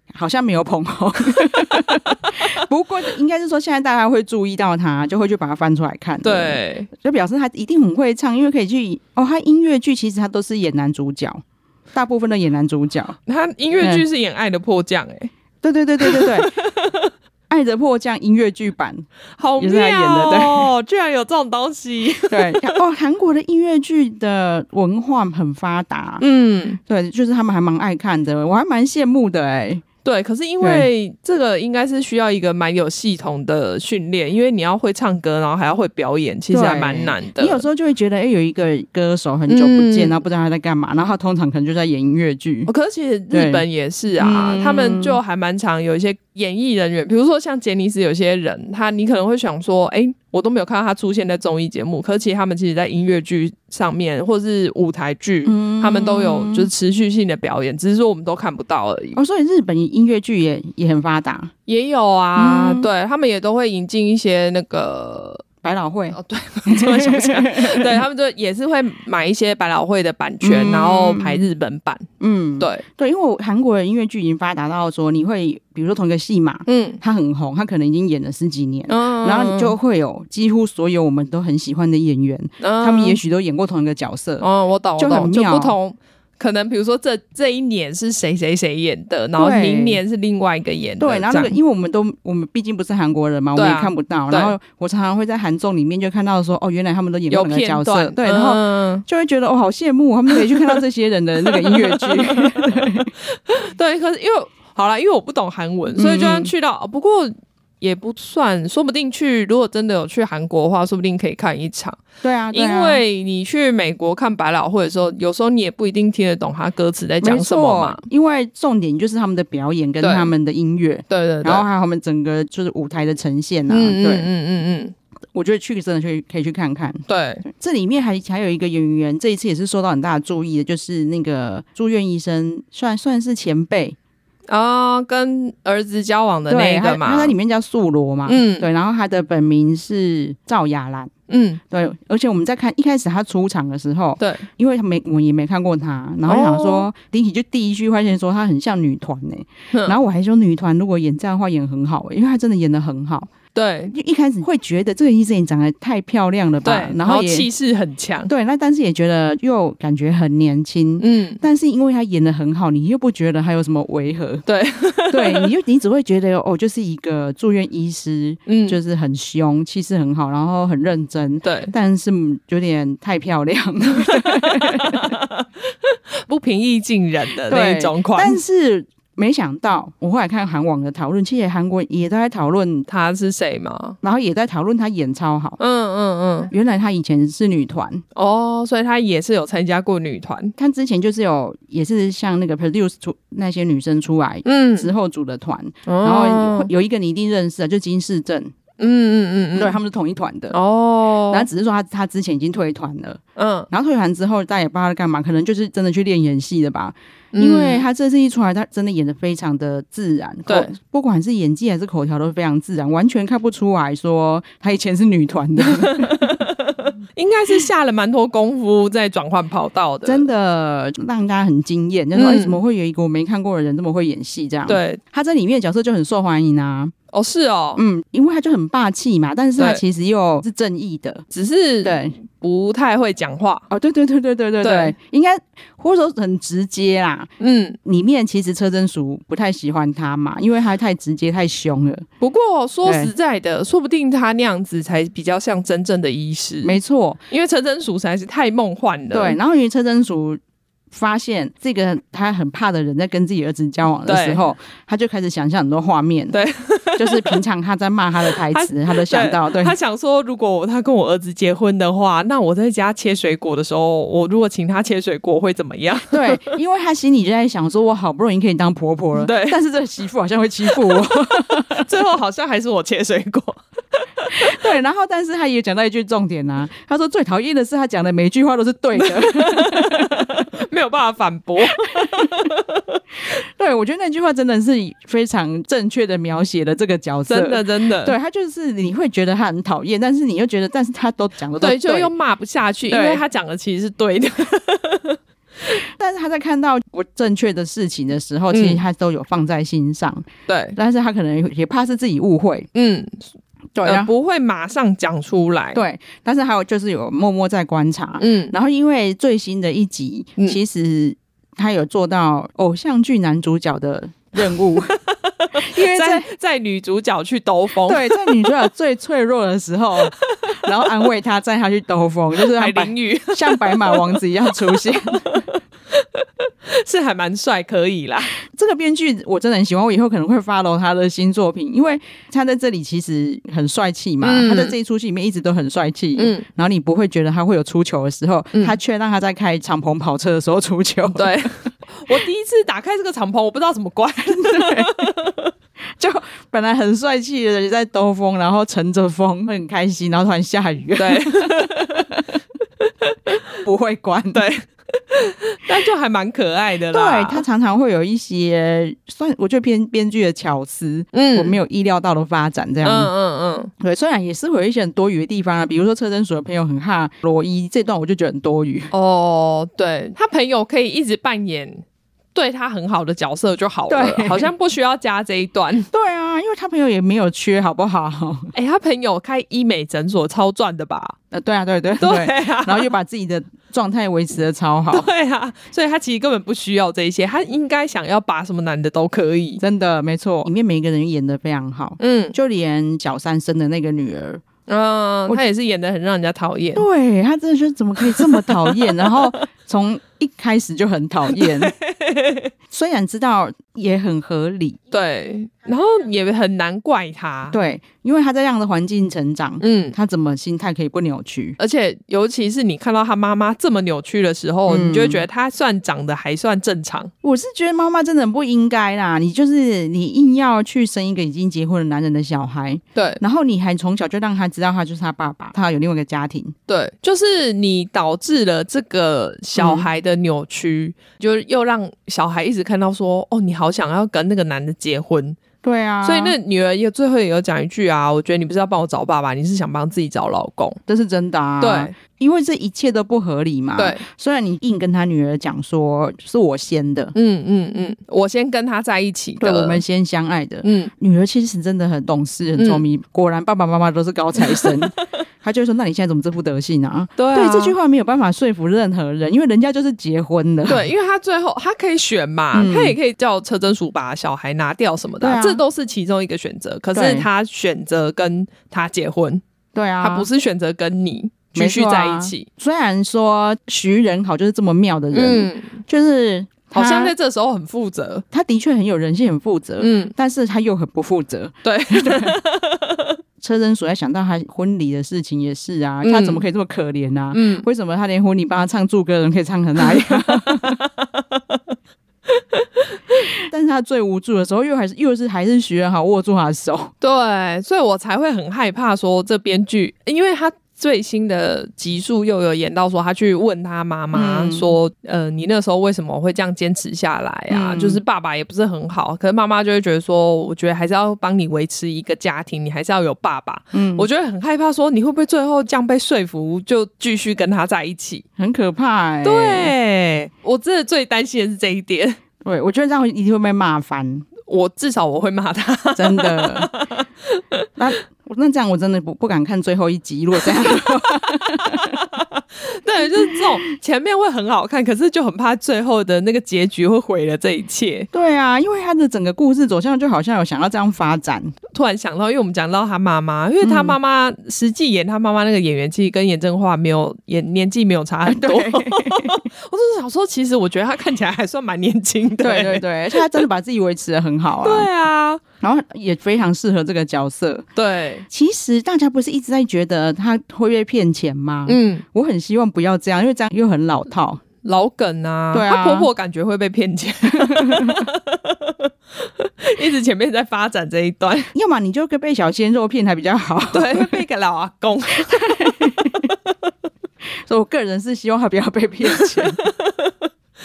好像没有捧红。不过应该是说现在大家会注意到他，就会去把他翻出来看。 对， 就表示他一定很会唱，因为可以去哦，他音乐剧其实他都是演男主角，大部分都演男主角。 他音乐剧是演《爱的迫降》哎、欸， 对对对对对对。爱的迫降音乐剧版好妙哦，居然有这种东西。 对哦，韩国的音乐剧的文化很发达， 嗯， 对，就是他们还蛮爱看的，我还蛮羡慕的哎、欸。 对，可是因为这个应该是需要一个蛮有系统的训练，因为你要会唱歌，然后还要会表演，其实还蛮难的。 你有时候就会觉得，哎、欸，有一个歌手很久不见，嗯、然后不知道他在干嘛，然后他通常可能就在演音乐剧。 哦，可是其实日本也是啊，他们就还蛮常有一些演艺人员，比如说像杰尼斯，有些人他你可能会想说，哎、欸，我都没有看到他出现在综艺节目，可是其实他们其实在音乐剧上面或是舞台剧、嗯，他们都有就是持续性的表演，只是说我们都看不到而已。 哦，所以日本音乐剧也也很发达， 也有啊，嗯、对他们也都会引进一些那个。 百老汇哦，对，这么想起来，对他们就也是会买一些百老汇的版权，嗯、然后排日本版。嗯，对对，因为我韩国的音乐剧已经发达到说，你会比如说同一个戏码，嗯，它很红，它可能已经演了十几年，嗯、然后你就会有几乎所有我们都很喜欢的演员，嗯、他们也许都演过同一个角色。 哦，我懂， 就很妙， 就不同。可能比如说这这一年是谁谁谁演的，然后明年是另外一个演的。 对，然后那个因为我们都我们毕竟不是韩国人嘛，我们也看不到。然后我常常会在韩综里面就看到说，哦，原来他们都演过那个角色，对，然后就会觉得哦，好羡慕，他们可以去看到这些人的那个音乐剧。 对, 对，可是因为好啦，因为我不懂韩文，所以就算去到，嗯、不过。也不算，说不定去如果真的有去韩国的话，说不定可以看一场。 对啊，对啊， 因为你去美国看百老汇的时候，有时候你也不一定听得懂他歌词在讲什么嘛。 因为重点就是他们的表演跟他们的音乐， 对 对, 对， 然后还有他们整个就是舞台的呈现啊， 嗯、 对， 嗯嗯嗯， 我觉得去真的去可以去看看。 对， 这里面还还有一个演员，这一次也是受到很大的注意的，就是那个住院医生，算算是前辈。 哦，跟儿子交往的那个嘛， 他在里面叫素罗嘛，嗯，对，然后他的本名是赵雅兰，嗯，对，而且我们在看一开始他出场的时候， 对， 因为他没我们也没看过他，然后想说林奇、哦、就第一句发现说他很像女团呢、欸，然后我还说女团如果演这样的话演很好、欸，因为他真的演得很好。 对， 就一开始会觉得这个医生也长得太漂亮了吧， 对，然后气势很强， 对，那但是也觉得又感觉很年轻，嗯，但是因为他演得很好，你又不觉得他有什么违和， 对， 对，你就你只会觉得哦，就是一个住院医师，嗯，就是很凶，气势很好，然后很认真， 对， 但是有点太漂亮了， 不平易近人的那种款， 但是。没想到，我后来看韩网的讨论，其实韩国也都在讨论他是谁嘛， 然后也在讨论他演超好。 嗯嗯嗯， 原来他以前是女团哦，所以他也是有参加过女团。 他之前就是有，也是像那个 produce 出那些女生出来，嗯，之后组的团、哦，然后有一个你一定认识的，就金世正。嗯嗯嗯，对，他们是同一团的哦。然后只是说他他之前已经退团了，嗯，然后退团之后，大家也不知道他干嘛，可能就是真的去练演戏的吧。嗯、因为他这次一出来，他真的演得非常的自然，对，不管是演技还是口条都非常自然，完全看不出来说他以前是女团的。 应该是下了蛮多功夫在转换跑道的， 真的让大家很惊艳。就说为什么会有一个我没看过的人这么会演戏？这样， 对， 他在里面的角色就很受欢迎啊。 哦，是哦， 嗯，因为他就很霸气嘛，但是他其实又是正义的， 只是对不太会讲话。 哦，对对对对对对对，应该或者说很直接啦。嗯，里面其实车真淑不太喜欢他嘛，因为他太直接太凶了。 不过说实在的，说不定他那样子才比较像真正的医师。 没错， 因为车真淑实在是太梦幻了。 对，然后因为车真淑发现这个他很怕的人在跟自己儿子交往的时候，他就开始想象很多画面。 对， 就是平常他在骂他的台词，他, 他都想到。对， 他想说，如果他跟我儿子结婚的话，那我在家切水果的时候，我如果请他切水果会怎么样？ 对，因为他心里就在想说，我好不容易可以当婆婆了，对，但是这个媳妇好像会欺负我， 最后好像还是我切水果。 对，然后但是他也讲到一句重点啊，他说最讨厌的是他讲的每一句话都是对的。 没有办法反驳。 对，我觉得那句话真的是非常正确的描写了这个角色， 真的真的。 对，他就是你会觉得他很讨厌，但是你又觉得，但是他都讲的都 对, 对，就又骂不下去，因为他讲的其实是对的。 但是他在看到不正确的事情的时候，其实他都有放在心上。对，但是他可能也怕是自己误会。嗯。对、 呃，不会马上讲出来。 对，但是还有就是有默默在观察。嗯，然后因为最新的一集，嗯、其实他有做到偶像剧男主角的任务， 因为在在女主角去兜风， 对，在女主角最脆弱的时候，然后安慰她，载她去兜风，就是还淋雨， 像白马王子一样出现。 是还蛮帅，可以啦。 这个编剧我真的很喜欢，我以后可能会 follow 他的新作品，因为他在这里其实很帅气嘛、嗯，他在这一出戏里面一直都很帅气，嗯，然后你不会觉得他会有出糗的时候，嗯、他却让他在开敞篷跑车的时候出糗。 对，我第一次打开这个敞篷，我不知道怎么关， 对，就本来很帅气的人在兜风，然后乘着风很开心，然后突然下雨， 对， 不会关， 对。但就还蛮可爱的啦。 对，他常常会有一些算我觉得编编剧的巧思，嗯，我没有意料到的发展这样。嗯嗯嗯，对，虽然也是会有一些很多余的地方啊，比如说车真鼠的朋友很怕罗伊这段，我就觉得很多余。 哦，对，他朋友可以一直扮演对他很好的角色就好了，好像不需要加这一段。 对啊，因为他朋友也没有缺，好不好？ 哎、欸，他朋友开医美诊所超赚的吧？ 呃，对啊，对对 对, 对啊，然后又把自己的状态维持的超好。 对啊，所以他其实根本不需要这一些，他应该想要把什么男的都可以。 真的，没错，里面每一个人演得非常好，嗯，就连小三生的那个女儿。 嗯，他也是演得很让人家讨厌。 对，他真的是怎么可以这么讨厌？然后从一开始就很讨厌，虽然知道也很合理， 对，然后也很难怪他， 对，因为他在这样的环境成长，嗯，他怎么心态可以不扭曲？ 而且尤其是你看到他妈妈这么扭曲的时候，嗯、你就会觉得他算长得还算正常。 我是觉得妈妈真的很不应该啦，你就是你硬要去生一个已经结婚的男人的小孩，对，然后你还从小就让他知道他就是他爸爸，他有另外一个家庭， 对，就是你导致了这个小孩的扭曲，嗯、就又让小孩一直看到说，哦，你好想要跟那个男的结婚。 对啊， 所以那女儿也最后也有讲一句啊，我觉得你不是要帮我找爸爸，你是想帮自己找老公， 这是真的啊。对，因为这一切都不合理嘛。对，虽然你硬跟他女儿讲说是我先的， 嗯嗯嗯，我先跟他在一起的， 对，我们先相爱的。嗯，女儿其实真的很懂事，很聪明，嗯、果然爸爸妈妈都是高材生。他就会说：“那你现在怎么这副德性啊？”对啊，对，这句话没有办法说服任何人，因为人家就是结婚的。 对，因为他最后他可以选嘛，嗯、他也可以叫车真鼠把小孩拿掉什么的，啊、这都是其中一个选择。可是他选择跟他结婚，对啊，他不是选择跟你继续在一起。 啊、虽然说徐仁好就是这么妙的人，嗯、就是好像在这时候很负责， 他的确很有人性，很负责，嗯，但是他又很不负责，对。车真鼠在想到他婚礼的事情也是啊，嗯、他怎么可以这么可怜啊？嗯，为什么他连婚礼帮他唱祝歌的人可以唱成那样？但是他最无助的时候，又还是又是还是徐仁好握住他的手， 对，所以我才会很害怕说这编剧，因为他。最新的集数又有演到说，他去问他妈妈说：“嗯、呃，你那时候为什么会这样坚持下来啊？嗯、就是爸爸也不是很好，可是妈妈就会觉得说，我觉得还是要帮你维持一个家庭，你还是要有爸爸。嗯，我觉得很害怕说，你会不会最后这样被说服，就继续跟他在一起？ 很可怕哎、欸。 对，我真的最担心的是这一点。 对，我觉得这样一定会被骂翻。 我至少我会骂他， 真的。那那这样我真的不不敢看最后一集。如果这样的话， 对，就是这种前面会很好看，可是就很怕最后的那个结局会毁了这一切。 对啊，因为他的整个故事走向就好像有想要这样发展。 突然想到，因为我们讲到他妈妈，因为他妈妈、嗯、实际演他妈妈那个演员，其实跟严正化没有演年纪没有差很多。我就是想说，其实我觉得他看起来还算蛮年轻的。 对对对，而且他真的把自己维持得很好啊。 对啊， 然后也非常适合这个角色。 对， 其实大家不是一直在觉得他会被骗钱吗？嗯，我很希望不要这样，因为这样又很老套。 老梗啊， 对啊， 她婆婆感觉会被骗钱，一直前面在发展这一段， 要么你就被小鲜肉骗还比较好， 对，会被个老阿公。 所以我个人是希望他不要被骗钱。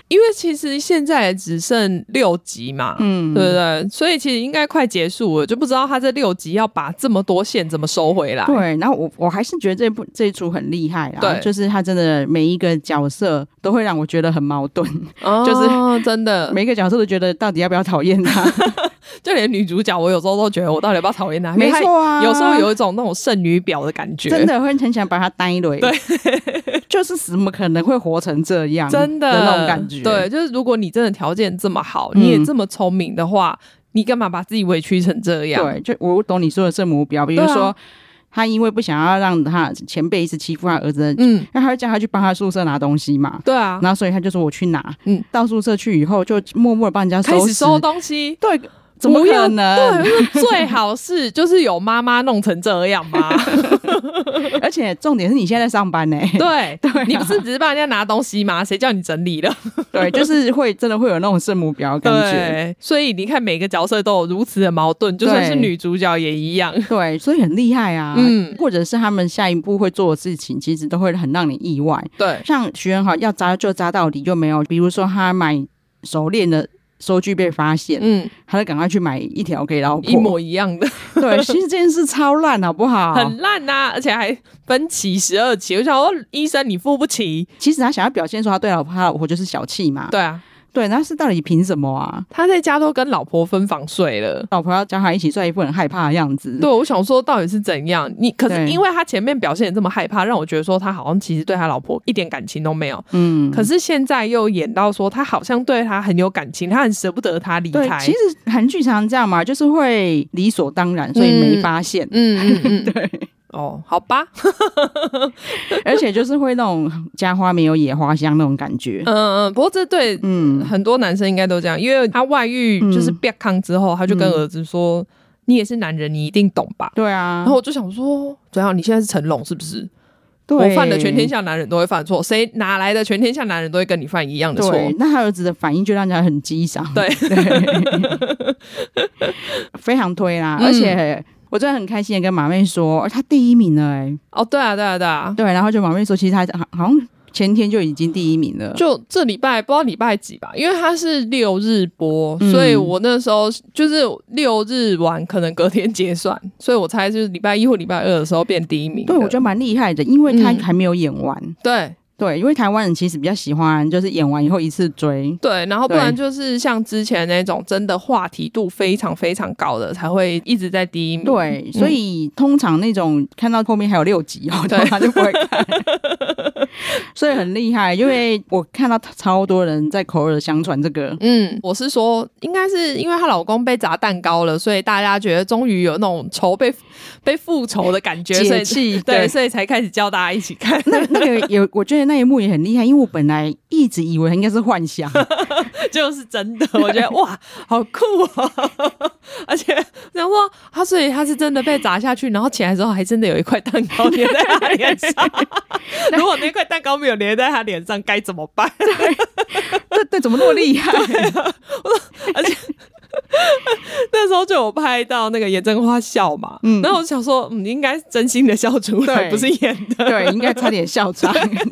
因为其实现在只剩六集嘛，嗯，对不对？所以其实应该快结束了，就不知道他这六集要把这么多线怎么收回来。 对，然后我我还是觉得这部这一出很厉害啦，对，就是他真的每一个角色都会让我觉得很矛盾， 哦、就是真的每一个角色都觉得到底要不要讨厌他。 就连女主角，我有时候都觉得我到底要不要讨厌她？ 没错啊， 有时候有一种那种圣女婊的感觉， 真的会很想把她呆累。 对， 就是怎么可能会活成这样？ 真的的那种感觉。 对，就是如果你真的条件这么好，嗯、你也这么聪明的话，你干嘛把自己委屈成这样？ 对，就我懂你说的圣母婊，比如说。他因为不想要让他前辈一直欺负他儿子，嗯，那他就叫他去帮他宿舍拿东西嘛， 对啊， 然后所以他就说我去拿，嗯，到宿舍去以后就默默的帮人家收拾开始收东西， 对。怎么可能？ 对，最好是就是有妈妈弄成这样嘛。 而且重点是你现在在上班呢、欸， 对对、啊，你不是只是帮人家拿东西吗？谁叫你整理了？ 对，就是会真的会有那种圣母婊的感觉。 对，所以你看每个角色都有如此的矛盾，就算是女主角也一样。 对，所以很厉害啊。嗯，或者是他们下一步会做的事情，其实都会很让你意外。 对， 像徐元豪要扎就扎到底就没有，比如说他买手链的。收据被发现，嗯，他就赶快去买一条给老婆， 一模一样的。 对，其实这件事超烂，好不好？ 很烂啊，而且还分期十二期。我想说，医生你付不起。 其实他想要表现说他对老婆，他老婆就是小气嘛。 对啊。 对，那是到底凭什么啊？ 他在家都跟老婆分房睡了， 老婆要叫他一起睡，一副很害怕的样子。 对，我想说到底是怎样？你可是因为他前面表现得这么害怕，让我觉得说他好像其实对他老婆一点感情都没有。嗯，可是现在又演到说他好像对他很有感情，他很舍不得他离开。 对，其实韩剧常常这样嘛，就是会理所当然，所以没发现。嗯嗯嗯，对。 哦，好吧。 而且就是会那种家花没有野花香那种感觉。 嗯嗯，不过这对嗯很多男生应该都这样，因为他外遇就是别康之后，嗯、他就跟儿子说：“嗯、你也是男人，你一定懂吧？” 对啊。 然后我就想说，怎样？你现在是成龙是不是？我犯的全天下男人都会犯错，谁哪来的全天下男人都会跟你犯一样的错？ 那他儿子的反应就让人家很激赏。 对， 对非常推啦，嗯、而且。我真的很开心的跟马妹说，他第一名了哎、欸！ 哦，对啊，对啊，对啊， 对。然后就马妹说，其实他好像前天就已经第一名了。 就这礼拜不知道礼拜几吧，因为他是六日播，嗯、所以我那时候就是六日完，可能隔天结算，所以我猜就是礼拜一或礼拜二的时候变第一名。 对，我觉得蛮厉害的，因为他还没有演完。 嗯、对。 对，因为台湾人其实比较喜欢，就是演完以后一次追。 对，然后不然就是像之前那种真的话题度非常非常高的，才会一直在第一名。 对，所以、嗯、通常那种看到后面还有六集哦，对，他就不会看。所以很厉害，因为我看到超多人在口耳相传这个。 嗯，我是说，应该是因为她老公被砸蛋糕了，所以大家觉得终于有那种仇被被复仇的感觉， 解气。 对，对，所以才开始教大家一起看。 那那个有，我觉得那一幕也很厉害，因为我本来一直以为应该是幻想， 就是真的。我觉得哇，好酷啊！而且想说他，所以他是真的被砸下去，然后起来之后还真的有一块蛋糕粘在他脸上。如果那块蛋糕没有粘在他脸上，该怎么办？ 对对，怎么那么厉害？ 而且。那时候就有拍到那个严正花笑嘛，嗯，然后我就想说，嗯，应该真心的笑出来，不是演的， 对，应该差点笑场。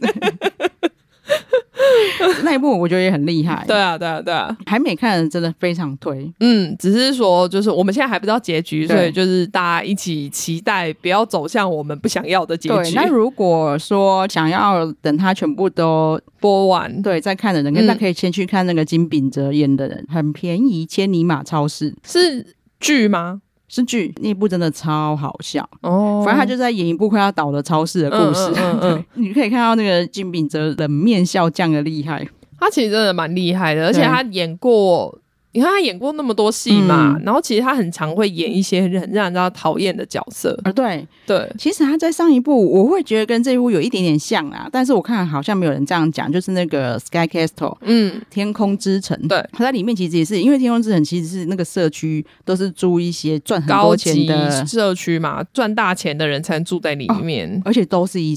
那一部我觉得也很厉害， 对啊，对啊，对啊， 还没看的人真的非常推， 嗯，只是说就是我们现在还不知道结局，所以就是大家一起期待，不要走向我们不想要的结局。 对，那如果说想要等它全部都播完， 对，再看的人，那、嗯、可以先去看那个金秉哲演的人，很便宜，千里马超市是剧吗？ 是剧，那一部真的超好笑哦。反正他就在演一部快要倒的超市的故事，嗯嗯嗯嗯你可以看到那个金秉哲冷面笑匠的厉害， 他其实真的蛮厉害的，而且他演过。你看他演过那么多戏嘛、嗯，然后其实他很常会演一些很让人家讨厌的角色啊。对对， 其实他在上一部我会觉得跟这一部有一点点像啊，但是我看好像没有人这样讲，就是那个 Sky Castle， 嗯，天空之城。对，他在里面其实也是因为天空之城其实是那个社区都是租一些赚很多钱的高级社区嘛，赚大钱的人才能住在里面、 哦，而且都是医生。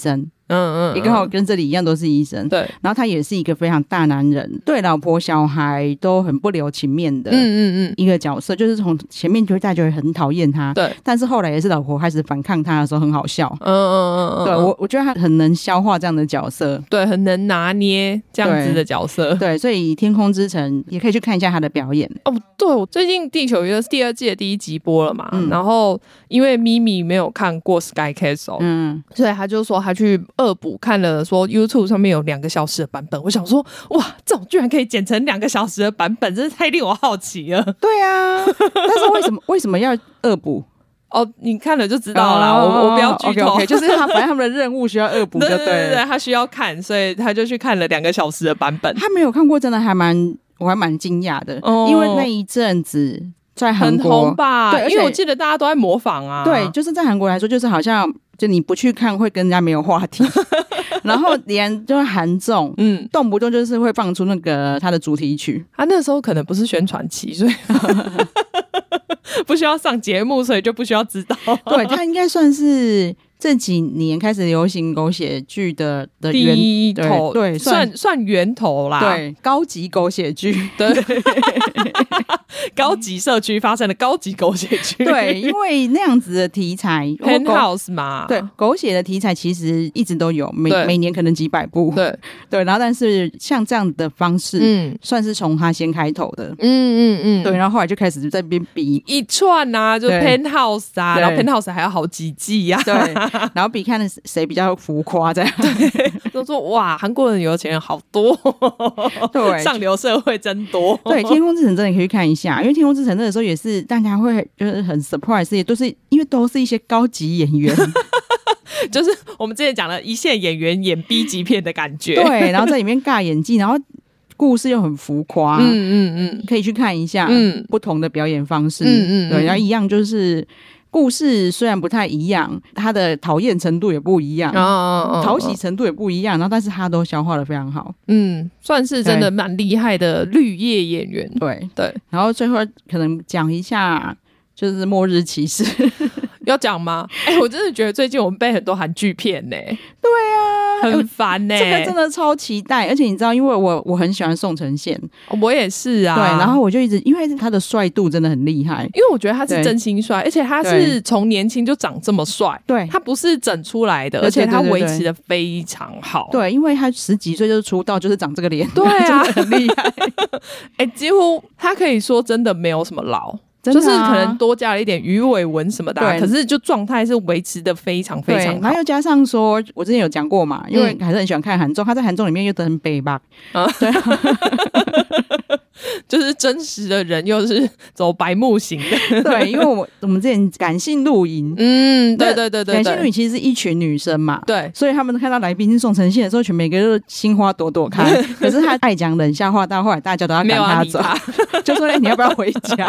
嗯嗯，也刚好跟这里一样都是医生， 对， 然后他也是一个非常大男人，对老婆小孩都很不留情面的，嗯嗯嗯，一个角色，就是从前面就大家就会很讨厌他，对，但是后来也是老婆开始反抗他的时候很好笑，嗯嗯嗯嗯，对我我觉得他很能消化这样的角色， 对，很能拿捏这样子的角色， 对，对，所以天空之城也可以去看一下他的表演。 哦，对，我最近地球娱乐第二季的第一集播了嘛，嗯、然后因为咪咪没有看过 Sky Castle， 嗯，所以他就说他去恶补看了，说 YouTube 上面有两个小时的版本。我想说，哇，这种居然可以剪成两个小时的版本，真是太令我好奇了。 对啊，但是为什么为什么要恶补？ 哦，你看了就知道了，哦、我我不要剧透， okay, okay, 就是他反正他们的任务需要恶补，就对了， 对对对，他需要看，所以他就去看了两个小时的版本。 他没有看过，真的还蛮。我还蛮惊讶的、哦，因为那一阵子在韩国很红吧？对，因为我记得大家都在模仿啊。 对，就是在韩国来说，就是好像就你不去看会跟人家没有话题，然后连就是韩综，嗯，动不动就是会放出那个他的主题曲。 他那时候可能不是宣传期，所以不需要上节目，所以就不需要知道。 对，他应该算是。这几年开始流行狗血剧的的源第一头， 对，对算算源头啦， 对，高级狗血剧， 对，高级社区发生的高级狗血剧， 对，因为那样子的题材 ，Penthouse 嘛， 对，狗血的题材其实一直都有，每每年可能几百部，对对，然后但是像这样的方式，嗯，算是从他先开头的，嗯嗯嗯，对，然后后来就开始在那边比一串啊，就 Penthouse 啊，然后 Penthouse 还有好几季啊， 对。然后比看谁比较浮夸这样， 对，都说哇，韩国人有钱人好多，对，上流社会真多。 对，天空之城真的可以看一下，因为天空之城那个时候也是大家会就是很 surprise， 也都是因为都是一些高级演员。 就是我们之前讲的一线演员演 B 级片的感觉， 对，然后在里面尬演技，然后故事又很浮夸，嗯嗯嗯，可以去看一下，嗯，不同的表演方式，嗯嗯，对，然后一样就是。故事虽然不太一样，他的讨厌程度也不一样，哦、讨喜程度也不一样，然后但是他都消化得非常好， 嗯，算是真的蛮厉害的绿叶演员。 对对，然后最后可能讲一下就是末日骑士。 要讲吗？哎、欸，我真的觉得最近我们被很多韩剧骗呢、欸。 对啊， 很烦呢、欸。 这个真的超期待，而且你知道，因为我我很喜欢宋承宪， 我也是啊。 对，然后我就一直因为他的帅度真的很厉害， 因为我觉得他是真心帅，而且他是从年轻就长这么帅，对，他不是整出来的，而且他维持的非常好。 对，因为他十几岁就出道，就是长这个脸， 对啊， 真的很厉害。 哎、欸，几乎他可以说真的没有什么老。啊、就是可能多加了一点鱼尾纹什么的、啊，可是就状态是维持的非常非常好。 然后又加上说，我之前有讲过嘛，因为还是很喜欢看韩综，他在韩综里面又很北吧，啊，对， 就是真实的人又是走白目型的， 对，因为我我们之前感性露营， 嗯，对对对 对, 对， 感性露营其实是一群女生嘛， 对， 所以他们看到来宾是宋承宪的时候，全每个人都心花朵朵开，可是他爱讲冷笑话，到后来大家都要赶他走，他就说、欸、你要不要回家？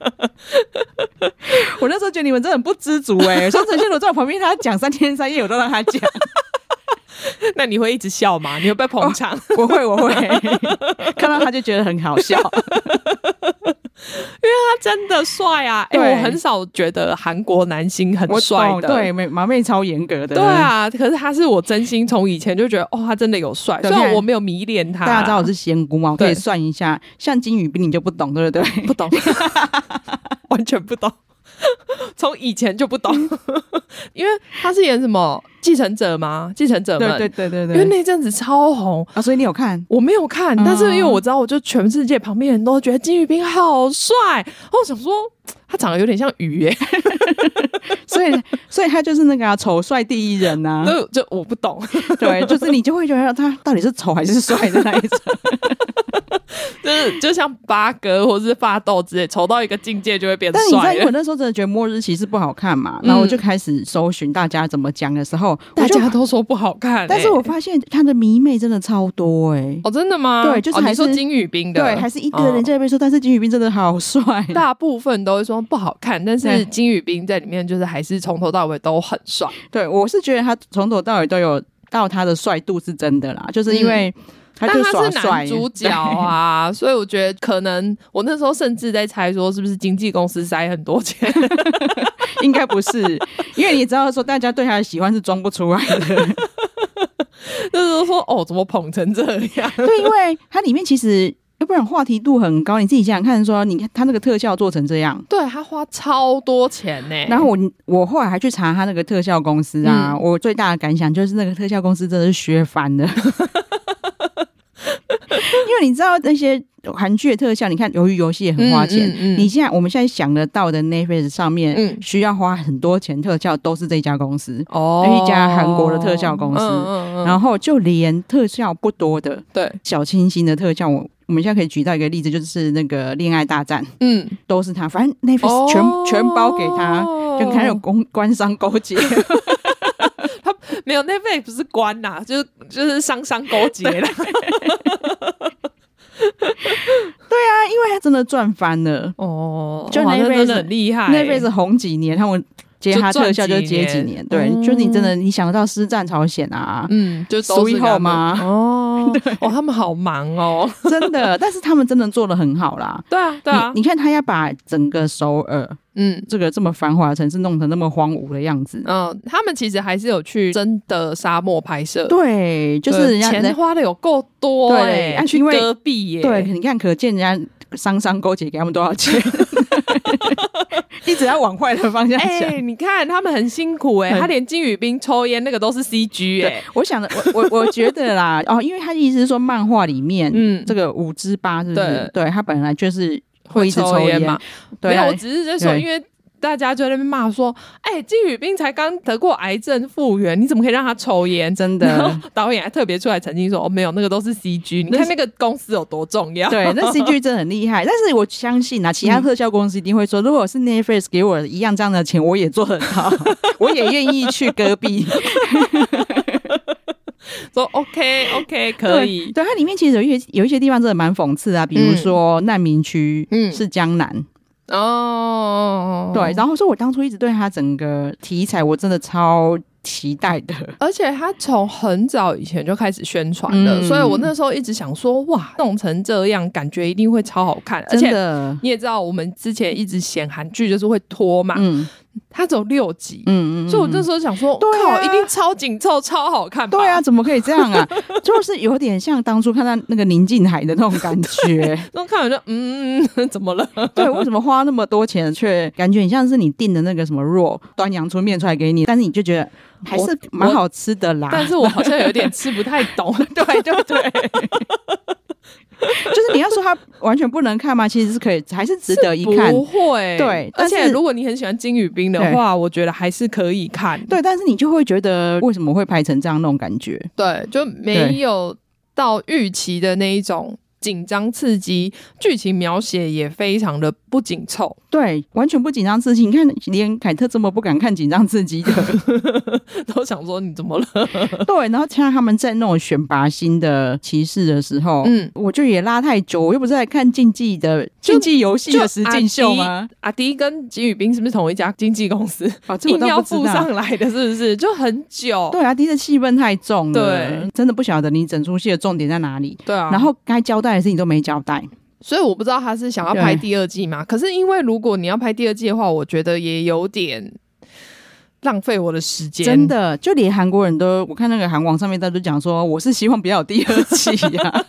我那时候觉得你们真的很不知足哎、欸！宋承宪我在我旁边，他讲三天三夜，我都让他讲。 那你会一直笑吗？你会被捧场？ 哦、我会，我会看到他就觉得很好笑， 因为他真的帅啊！哎、欸，我很少觉得韩国男星很帅的， 对，马妹超严格的， 对啊。可是他是我真心从以前就觉得，哦，他真的有帅，虽然我没有迷恋他。 大家知道我是仙姑嘛？我可以算一下，像金宇彬你就不懂，对不对？ 不懂，完全不懂。从以前就不懂，因为他是演什么继承者吗？继承者们， 对对对对对， 因为那阵子超红啊，所以你有看？ 我没有看，但是因为我知道，我就全世界旁边人都觉得金宇彬好帅，然后我想说他长得有点像鱼耶、欸， 所以所以他就是那个啊丑帅第一人呐、啊， 就就我不懂， 对，就是你就会觉得他到底是丑还是帅的那一种。 就是就像八哥或是发豆之类，丑到一个境界就会变帅了。 但你知道我那时候真的觉得末日骑士不好看嘛，然后我就开始搜寻大家怎么讲的时候、 嗯、大家都说不好看、欸、 但是我发现他的迷妹真的超多哎、欸！ 哦，真的吗？ 对，就是还是、 哦、你说金宇彬的， 对，还是一堆人在那边说、哦，但是金宇彬真的好帅。 大部分都会说不好看，但是金宇彬在里面就是还是从头到尾都很帅。 对，我是觉得他从头到尾都有到他的帅度是真的啦，就是因为、嗯。他就耍帅， 但他是男主角啊，所以我觉得可能我那时候甚至在猜说是不是经纪公司塞很多钱， 应该不是，因为你知道说大家对他的喜欢是装不出来的。 就是说哦，怎么捧成这样？ 对，因为它里面其实。要不然话题度很高，你自己想想看说，你看他那个特效做成这样， 对，他花超多钱呢。 然后我我后来还去查他那个特效公司啊，嗯、我最大的感想就是那个特效公司真的是削翻了。因为你知道那些韩剧的特效，你看鱿鱼游戏也很花钱，嗯嗯嗯、你现在我们现在想得到的 Netflix 上面、嗯、需要花很多钱特效都是这家公司，哦，一家韩国的特效公司，嗯嗯嗯、然后就连特效不多的，对，小清新的特效我。我们现在可以举到一个例子，就是那个恋爱大战，嗯，都是他，反正 Netflix 全、哦、全包给他，就看有公官商勾结。 他没有 Netflix 不是官呐、啊，就是就是商商勾结啦。 对啊，因为他真的赚翻了哦，就 Netflix 真的很厉害、欸、 ，Netflix 红几年，他们。接他特效就接几年，对，嗯、就是你真的你想得到师战朝鲜啊，嗯， 就都是他们吗？ 哦，对，哦，他们好忙哦， 真的，但是他们真的做得很好啦。 对啊，对啊， 你, 你看他要把整个首尔，嗯，这个这么繁华的城市弄成那么荒芜的样子， 嗯，他们其实还是有去真的沙漠拍摄， 对，就是人家钱花的有够多哎、欸，去戈壁耶、欸， 对，你看，可见人家商商勾结给他们多少钱。一直要往坏的方向想。 哎、欸，你看他们很辛苦哎、欸，他连金宇彬抽烟那个都是 C G 哎、欸。 我想的，我我我觉得啦，哦，因为他的意思是说，漫画里面，嗯，这个五之八是不是？对，对他本来就是会一直抽烟嘛。对， 没有，我只是在说，因为。大家就在那边骂说：“哎、欸，金宇彬才刚得过癌症复原，你怎么可以让他抽烟？”真的，导演还特别出来澄清说：“哦，没有，那个都是 C G。你看那个公司有多重要。” 对，那 C G 真的很厉害。但是我相信啊，其他特效公司一定会说：“嗯、如果是 Netflix 给我一样这样的钱，我也做很好，我也愿意去戈壁。” 说 OK OK 可以。 对，对它里面其实有一些有一些地方真的蛮讽刺啊，比如说难民区是江南。嗯哦，对，然后说我当初一直对他整个题材我真的超期待的， 而且他从很早以前就开始宣传了、嗯、所以我那时候一直想说哇，弄成这样感觉一定会超好看，而且你也知道我们之前一直嫌韩剧就是会拖嘛，嗯，它只有六集，嗯嗯，所以我那时候想说，对、啊，靠，一定超紧凑、超好看吧？ 对啊，怎么可以这样啊？就是有点像当初看到那个宁静海的那种感觉， 那种看完就嗯，怎么了？ 对，为什么花那么多钱，却感觉很像是你订的那个什么肉端阳春面出来给你，但是你就觉得还是蛮好吃的啦。 但是我好像有点吃不太懂， 对对对。就是你要说它完全不能看吗？其实是可以，还是值得一看。 不会， 对， 而且如果你很喜欢金宇彬的话，我觉得还是可以看。 对，但是你就会觉得为什么会拍成这样那种感觉？ 对，就没有到预期的那一种紧张刺激，剧情描写也非常的不紧凑。 对，完全不紧张刺激。你看，连凯特这么不敢看紧张刺激的， 都想说你怎么了？ 对，然后像他们在那种选拔新的骑士的时候，嗯，我就也拉太久，我又不是在看竞技的竞技游戏的实境秀吗？ 阿迪跟金宇彬是不是同一家经纪公司？ 哦，这我硬要附上来的，是不是？就很久。 对，阿迪的戏份太重了，对，真的不晓得你整出戏的重点在哪里。 对啊， 然后该交代的事情都没交代。 所以我不知道他是想要拍第二季嘛？可是因为如果你要拍第二季的话，我觉得也有点浪费我的时间。 真的，就连韩国人都，我看那个韩网上面大家都讲说，我是希望不要有第二季呀、啊。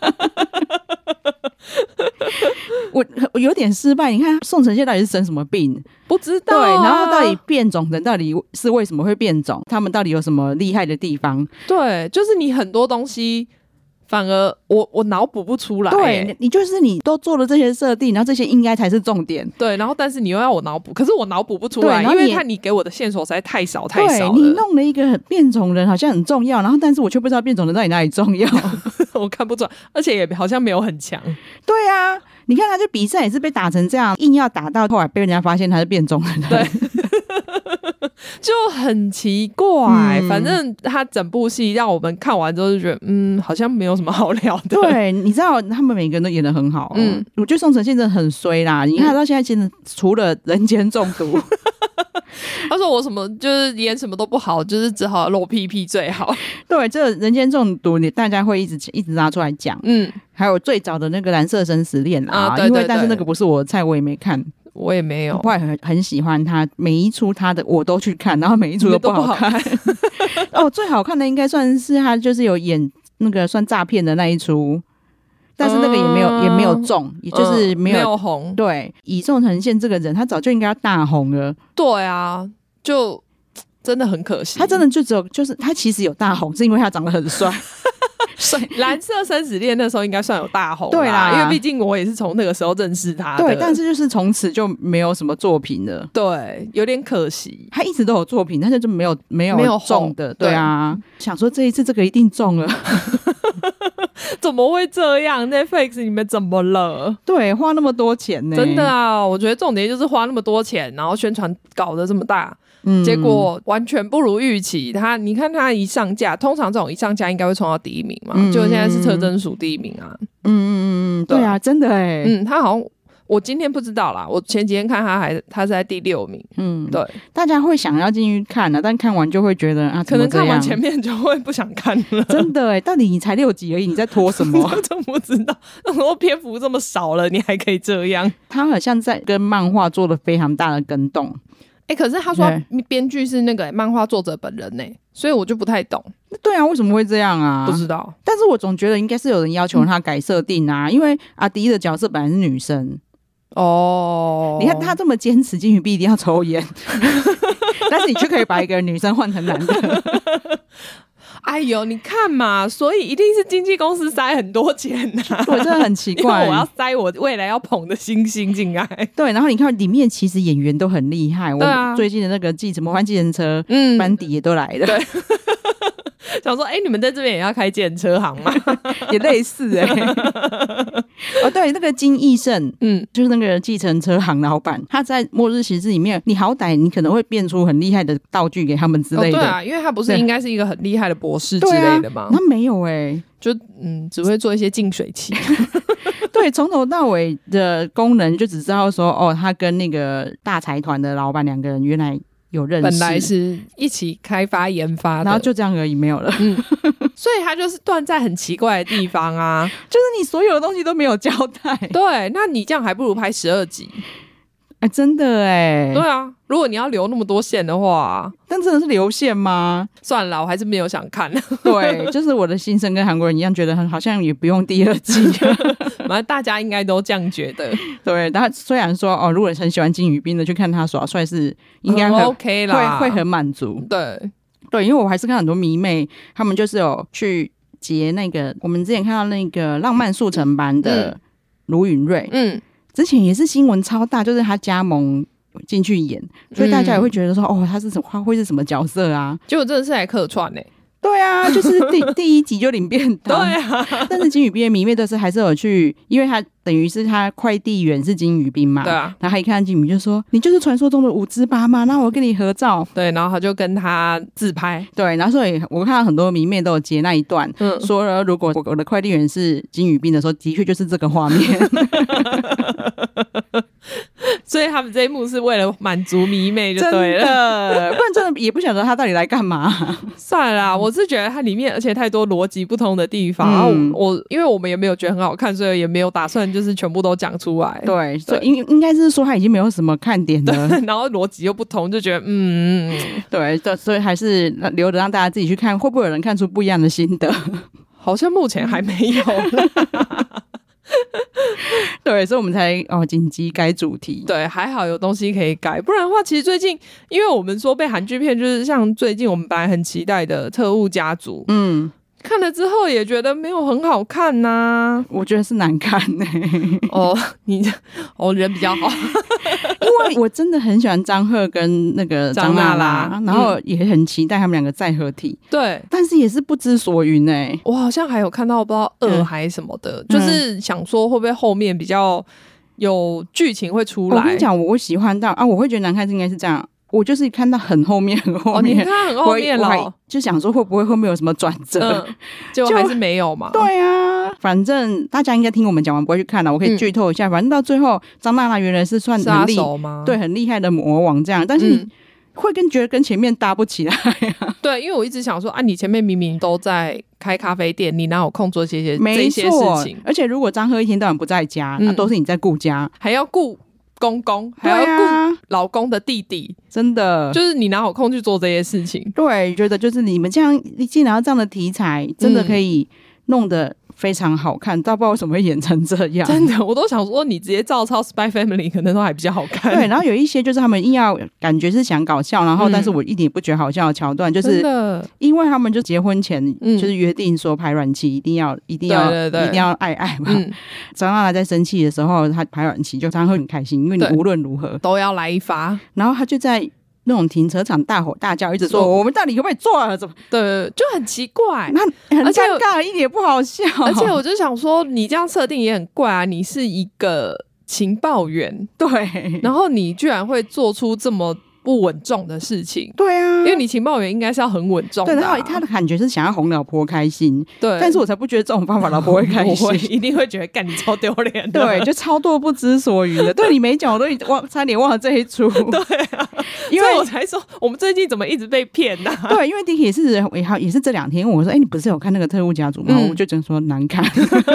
我我有点失败。你看宋承宪到底是生什么病？ 不知道、啊。 对，然后到底变种人到底是为什么会变种？他们到底有什么厉害的地方？ 对，就是你很多东西。反而我我脑补不出来、欸， 对，你就是你都做了这些设定，然后这些应该才是重点， 对，然后但是你又要我脑补，可是我脑补不出来，因为看你给我的线索实在太少太少了。 对，你弄了一个变种人好像很重要，然后但是我却不知道变种人到底哪里重要， 我看不出来，而且也好像没有很强。 对啊，你看他这比赛也是被打成这样，硬要打到后来被人家发现他是变种人， 对。就很奇怪、嗯、反正他整部戏让我们看完之后就觉得嗯，好像没有什么好聊的。 对，你知道他们每个人都演得很好、哦、嗯，我觉得宋承宪真的很衰啦，你看到现在真的除了人间中毒他说我什么就是演什么都不好，就是只好露屁屁最好。 对，这人间中毒你大家会一直一直拿出来讲。嗯，还有最早的那个蓝色生死恋啦、啊、对对对，因为但是那个不是我的菜，我也没看。 我也没有。 我也很很喜欢他，每一出他的我都去看，然后每一出都不好看。哦，最好看的应该算是他就是有演那个算诈骗的那一出。但是那个也没有、嗯、也没有中，也就是没有、嗯、 没有红。 对，以宋承宪这个人，他早就应该要大红了。 对啊，就真的很可惜。 他真的就只有就是他其实有大红，是因为他长得很帅。 蓝色生死恋那时候应该算有大红啦， 对啦， 因为毕竟我也是从那个时候认识他的。 对，但是就是从此就没有什么作品了。 对，有点可惜。 他一直都有作品，但是就没有没有没有中的。对啊，想说这一次这个一定中了。 怎么会这样 ？Netflix 你们怎么了？ 对，花那么多钱呢、欸？ 真的啊，我觉得重点就是花那么多钱，然后宣传搞得这么大，嗯、结果完全不如预期。他，你看他一上架，通常这种一上架应该会冲到第一名嘛，嗯、结果现在是特侦署第一名啊。 嗯嗯嗯，对啊，真的哎、欸， 嗯，他好像。我今天不知道啦，我前几天看他还他是在第六名。嗯，对， 大家会想要进去看的、啊，但看完就会觉得啊， 可能看完前面就会不想看了。 真的哎，到底你才六集而已，你在拖什么？ 我真不知道，那时候篇幅这么少了，你还可以这样。 他好像在跟漫画做了非常大的更动。 哎、欸，可是他说编剧是那个、欸、漫画作者本人呢、欸，所以我就不太懂。 对啊，为什么会这样啊？ 不知道。 但是我总觉得应该是有人要求他改设定啊，嗯、因为阿迪的角色本来是女生。哦，你看他这么坚持金宇彬一定要抽烟，但是你却可以把一个女生换成男的。 哎呦，你看嘛，所以一定是经纪公司塞很多钱呐、啊。 我真的很奇怪， 因为我要塞我未来要捧的星星进来。 对，然后你看里面其实演员都很厉害，我们最近的那个计魔幻计程车，嗯，班底也都来了。 对。想说，哎、欸，你们在这边也要开计程车行吗？ 也类似哎、欸。哦，对，那个金义胜，嗯，就是那个计程车行老板，他在《末日骑士》里面，你好歹你可能会变出很厉害的道具给他们之类的。 哦、对啊，因为他不是应该是一个很厉害的博士之类的吗？ 啊、他没有哎、欸， 就嗯，只会做一些净水器。 对，从头到尾的功能就只知道说，哦，他跟那个大财团的老板两个人原来。有认识， 本来是一起开发研发的， 然后就这样而已，没有了。嗯， 所以他就是断在很奇怪的地方啊， 就是你所有的东西都没有交代。 对，那你这样还不如拍十二集。 哎、欸，真的哎， 对啊，如果你要留那么多线的话， 但真的是留线吗？ 算了，我还是没有想看。 对，就是我的心声跟韩国人一样，觉得很好像也不用第二季， 反正大家应该都这样觉得。 对，但虽然说哦，如果很喜欢金宇彬的去看他耍帅是应该很、嗯、 OK 啦， 会会很满足。 对对，因为我还是看很多迷妹，他们就是有去截那个我们之前看到那个浪漫速成班的卢允瑞，嗯。之前也是新闻超大，就是他加盟进去演，所以大家也会觉得说，嗯、哦，他是什么，他会是什么角色啊？ 结果真的是来客串呢、欸。 对啊，就是第第一集就领便当。 对啊， 但是金宇彬的迷妹都是还是有去，因为他等于是他快递员是金宇彬嘛， 对啊。 然后他一看金宇彬就说：“你就是传说中的五之八吗？那我跟你合照。” 对，然后他就跟他自拍。 对，然后所以我看到很多迷妹都有截那一段，嗯、说了如果我的快递员是金宇彬的时候，的确就是这个画面。 所以他们这一幕是为了满足迷妹就对了， 真的，不然真的也不晓得他到底来干嘛。 算了啦，我是觉得它里面而且太多逻辑不通的地方，嗯、然后我, 我因为我们也没有觉得很好看，所以也没有打算就是全部都讲出来。 对，所以应应该是说他已经没有什么看点了， 然后逻辑又不同，就觉得嗯， 对，所以还是留着让大家自己去看，会不会有人看出不一样的心得？ 好像目前还没有。 对，所以我们才哦紧急改主题。 对，还好有东西可以改，不然的话，其实最近因为我们说被韩剧片，就是像最近我们本来很期待的《特务家族》，嗯，看了之后也觉得没有很好看呐、啊。 我觉得是难看呢、欸。 哦，你哦人比较好， 因为我真的很喜欢张赫跟那个张娜拉，然后也很期待他们两个再合体。 对， 但是也是不知所云哎、欸。 我好像还有看到不知道二还什么的，嗯、就是想说会不会后面比较有剧情会出来。 我跟你讲，我会喜欢到啊，我会觉得难看是应该是这样。我就是看到很后面很后面， 哦、你看很后面了， 我就想说会不会后面有什么转折， 嗯、结果还是没有嘛。 对啊，反正大家应该听我们讲完不会去看了，我可以剧透一下。嗯、反正到最后，张娜拉原来是算很厉害吗？对，很厉害的魔王这样，但是你。嗯会跟觉得跟前面搭不起来、啊， 对，因为我一直想说啊，你前面明明都在开咖啡店，你哪有空做这些没这些事情？ 而且如果张赫一天到晚不在家，那、嗯啊、都是你在顾家， 还要顾公公，还要顾老公的弟弟， 真的就是你哪有空去做这些事情？ 对，觉得就是你们这样既然要这样的题材，真的可以弄得非常好看，但不知道为什么会演成这样。 真的，我都想说你直接照抄 Spy Family 可能都还比较好看。 对，然后有一些就是他们硬要感觉是想搞笑，然后但是我一点也不觉得好笑的桥段，嗯、就是因为他们就结婚前、嗯、就是约定说排卵期一定要一定要对对对一定要爱爱嘛。嗯、张娜拉在生气的时候，他排卵期就常常会很开心，因为你无论如何都要来一发， 然后他就在那种停车场大吼大叫，一直说我们到底可不可以做了？怎么？ 对，就很奇怪， 那很尴尬，一点也不好笑。 而且我就想说，你这样设定也很怪啊！你是一个情报员， 对， 然后你居然会做出这么不稳重的事情。 对啊， 因为你情报员应该是要很稳重的、啊。 对，然后他的感觉是想要哄老婆开心。 对， 但是我才不觉得这种方法老婆会开心， 我一定会觉得干你超丢脸的。 对，就超多不知所云的。对，你没讲我都忘，差点忘了这一出。 对啊，因为我才说我们最近怎么一直被骗呢、啊？ 对，因为 Dicky 也是也也是这两天问我说：“哎、欸，你不是有看那个特务家族吗？”嗯、我就真说难看。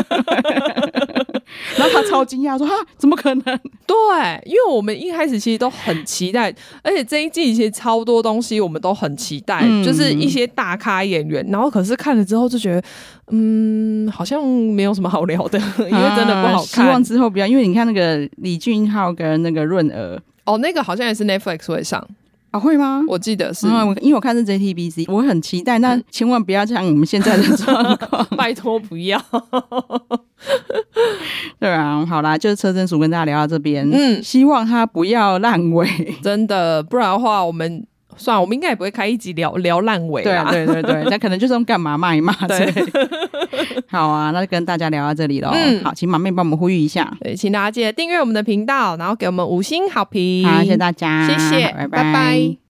然后他超惊讶说：“哈，怎么可能？” 对，因为我们一开始其实都很期待，而且这一季其实超多东西我们都很期待，嗯、就是一些大咖演员。然后可是看了之后就觉得，嗯，好像没有什么好聊的，因为真的不好看。 啊、希望之后不要，因为你看那个李俊浩跟那个润儿， 哦，那个好像也是 Netflix 会上。 啊，会吗？ 我记得是、 嗯，因为我看是 J T B C， 我很期待。那千万不要像我们现在的状况， 拜托不要。 对啊，好啦，就是车真淑跟大家聊到这边，嗯，希望他不要烂尾， 真的，不然的话我们。算了，我们应该也不会开一集聊聊烂尾啦。 对对对对，那可能就是用干嘛骂一骂之类的。好啊，那就跟大家聊到这里咯。嗯，好，请马妹帮我们呼吁一下。 对，请大家记得订阅我们的频道，然后给我们五星好评。 好，谢谢大家， 谢谢， 拜拜。 拜拜。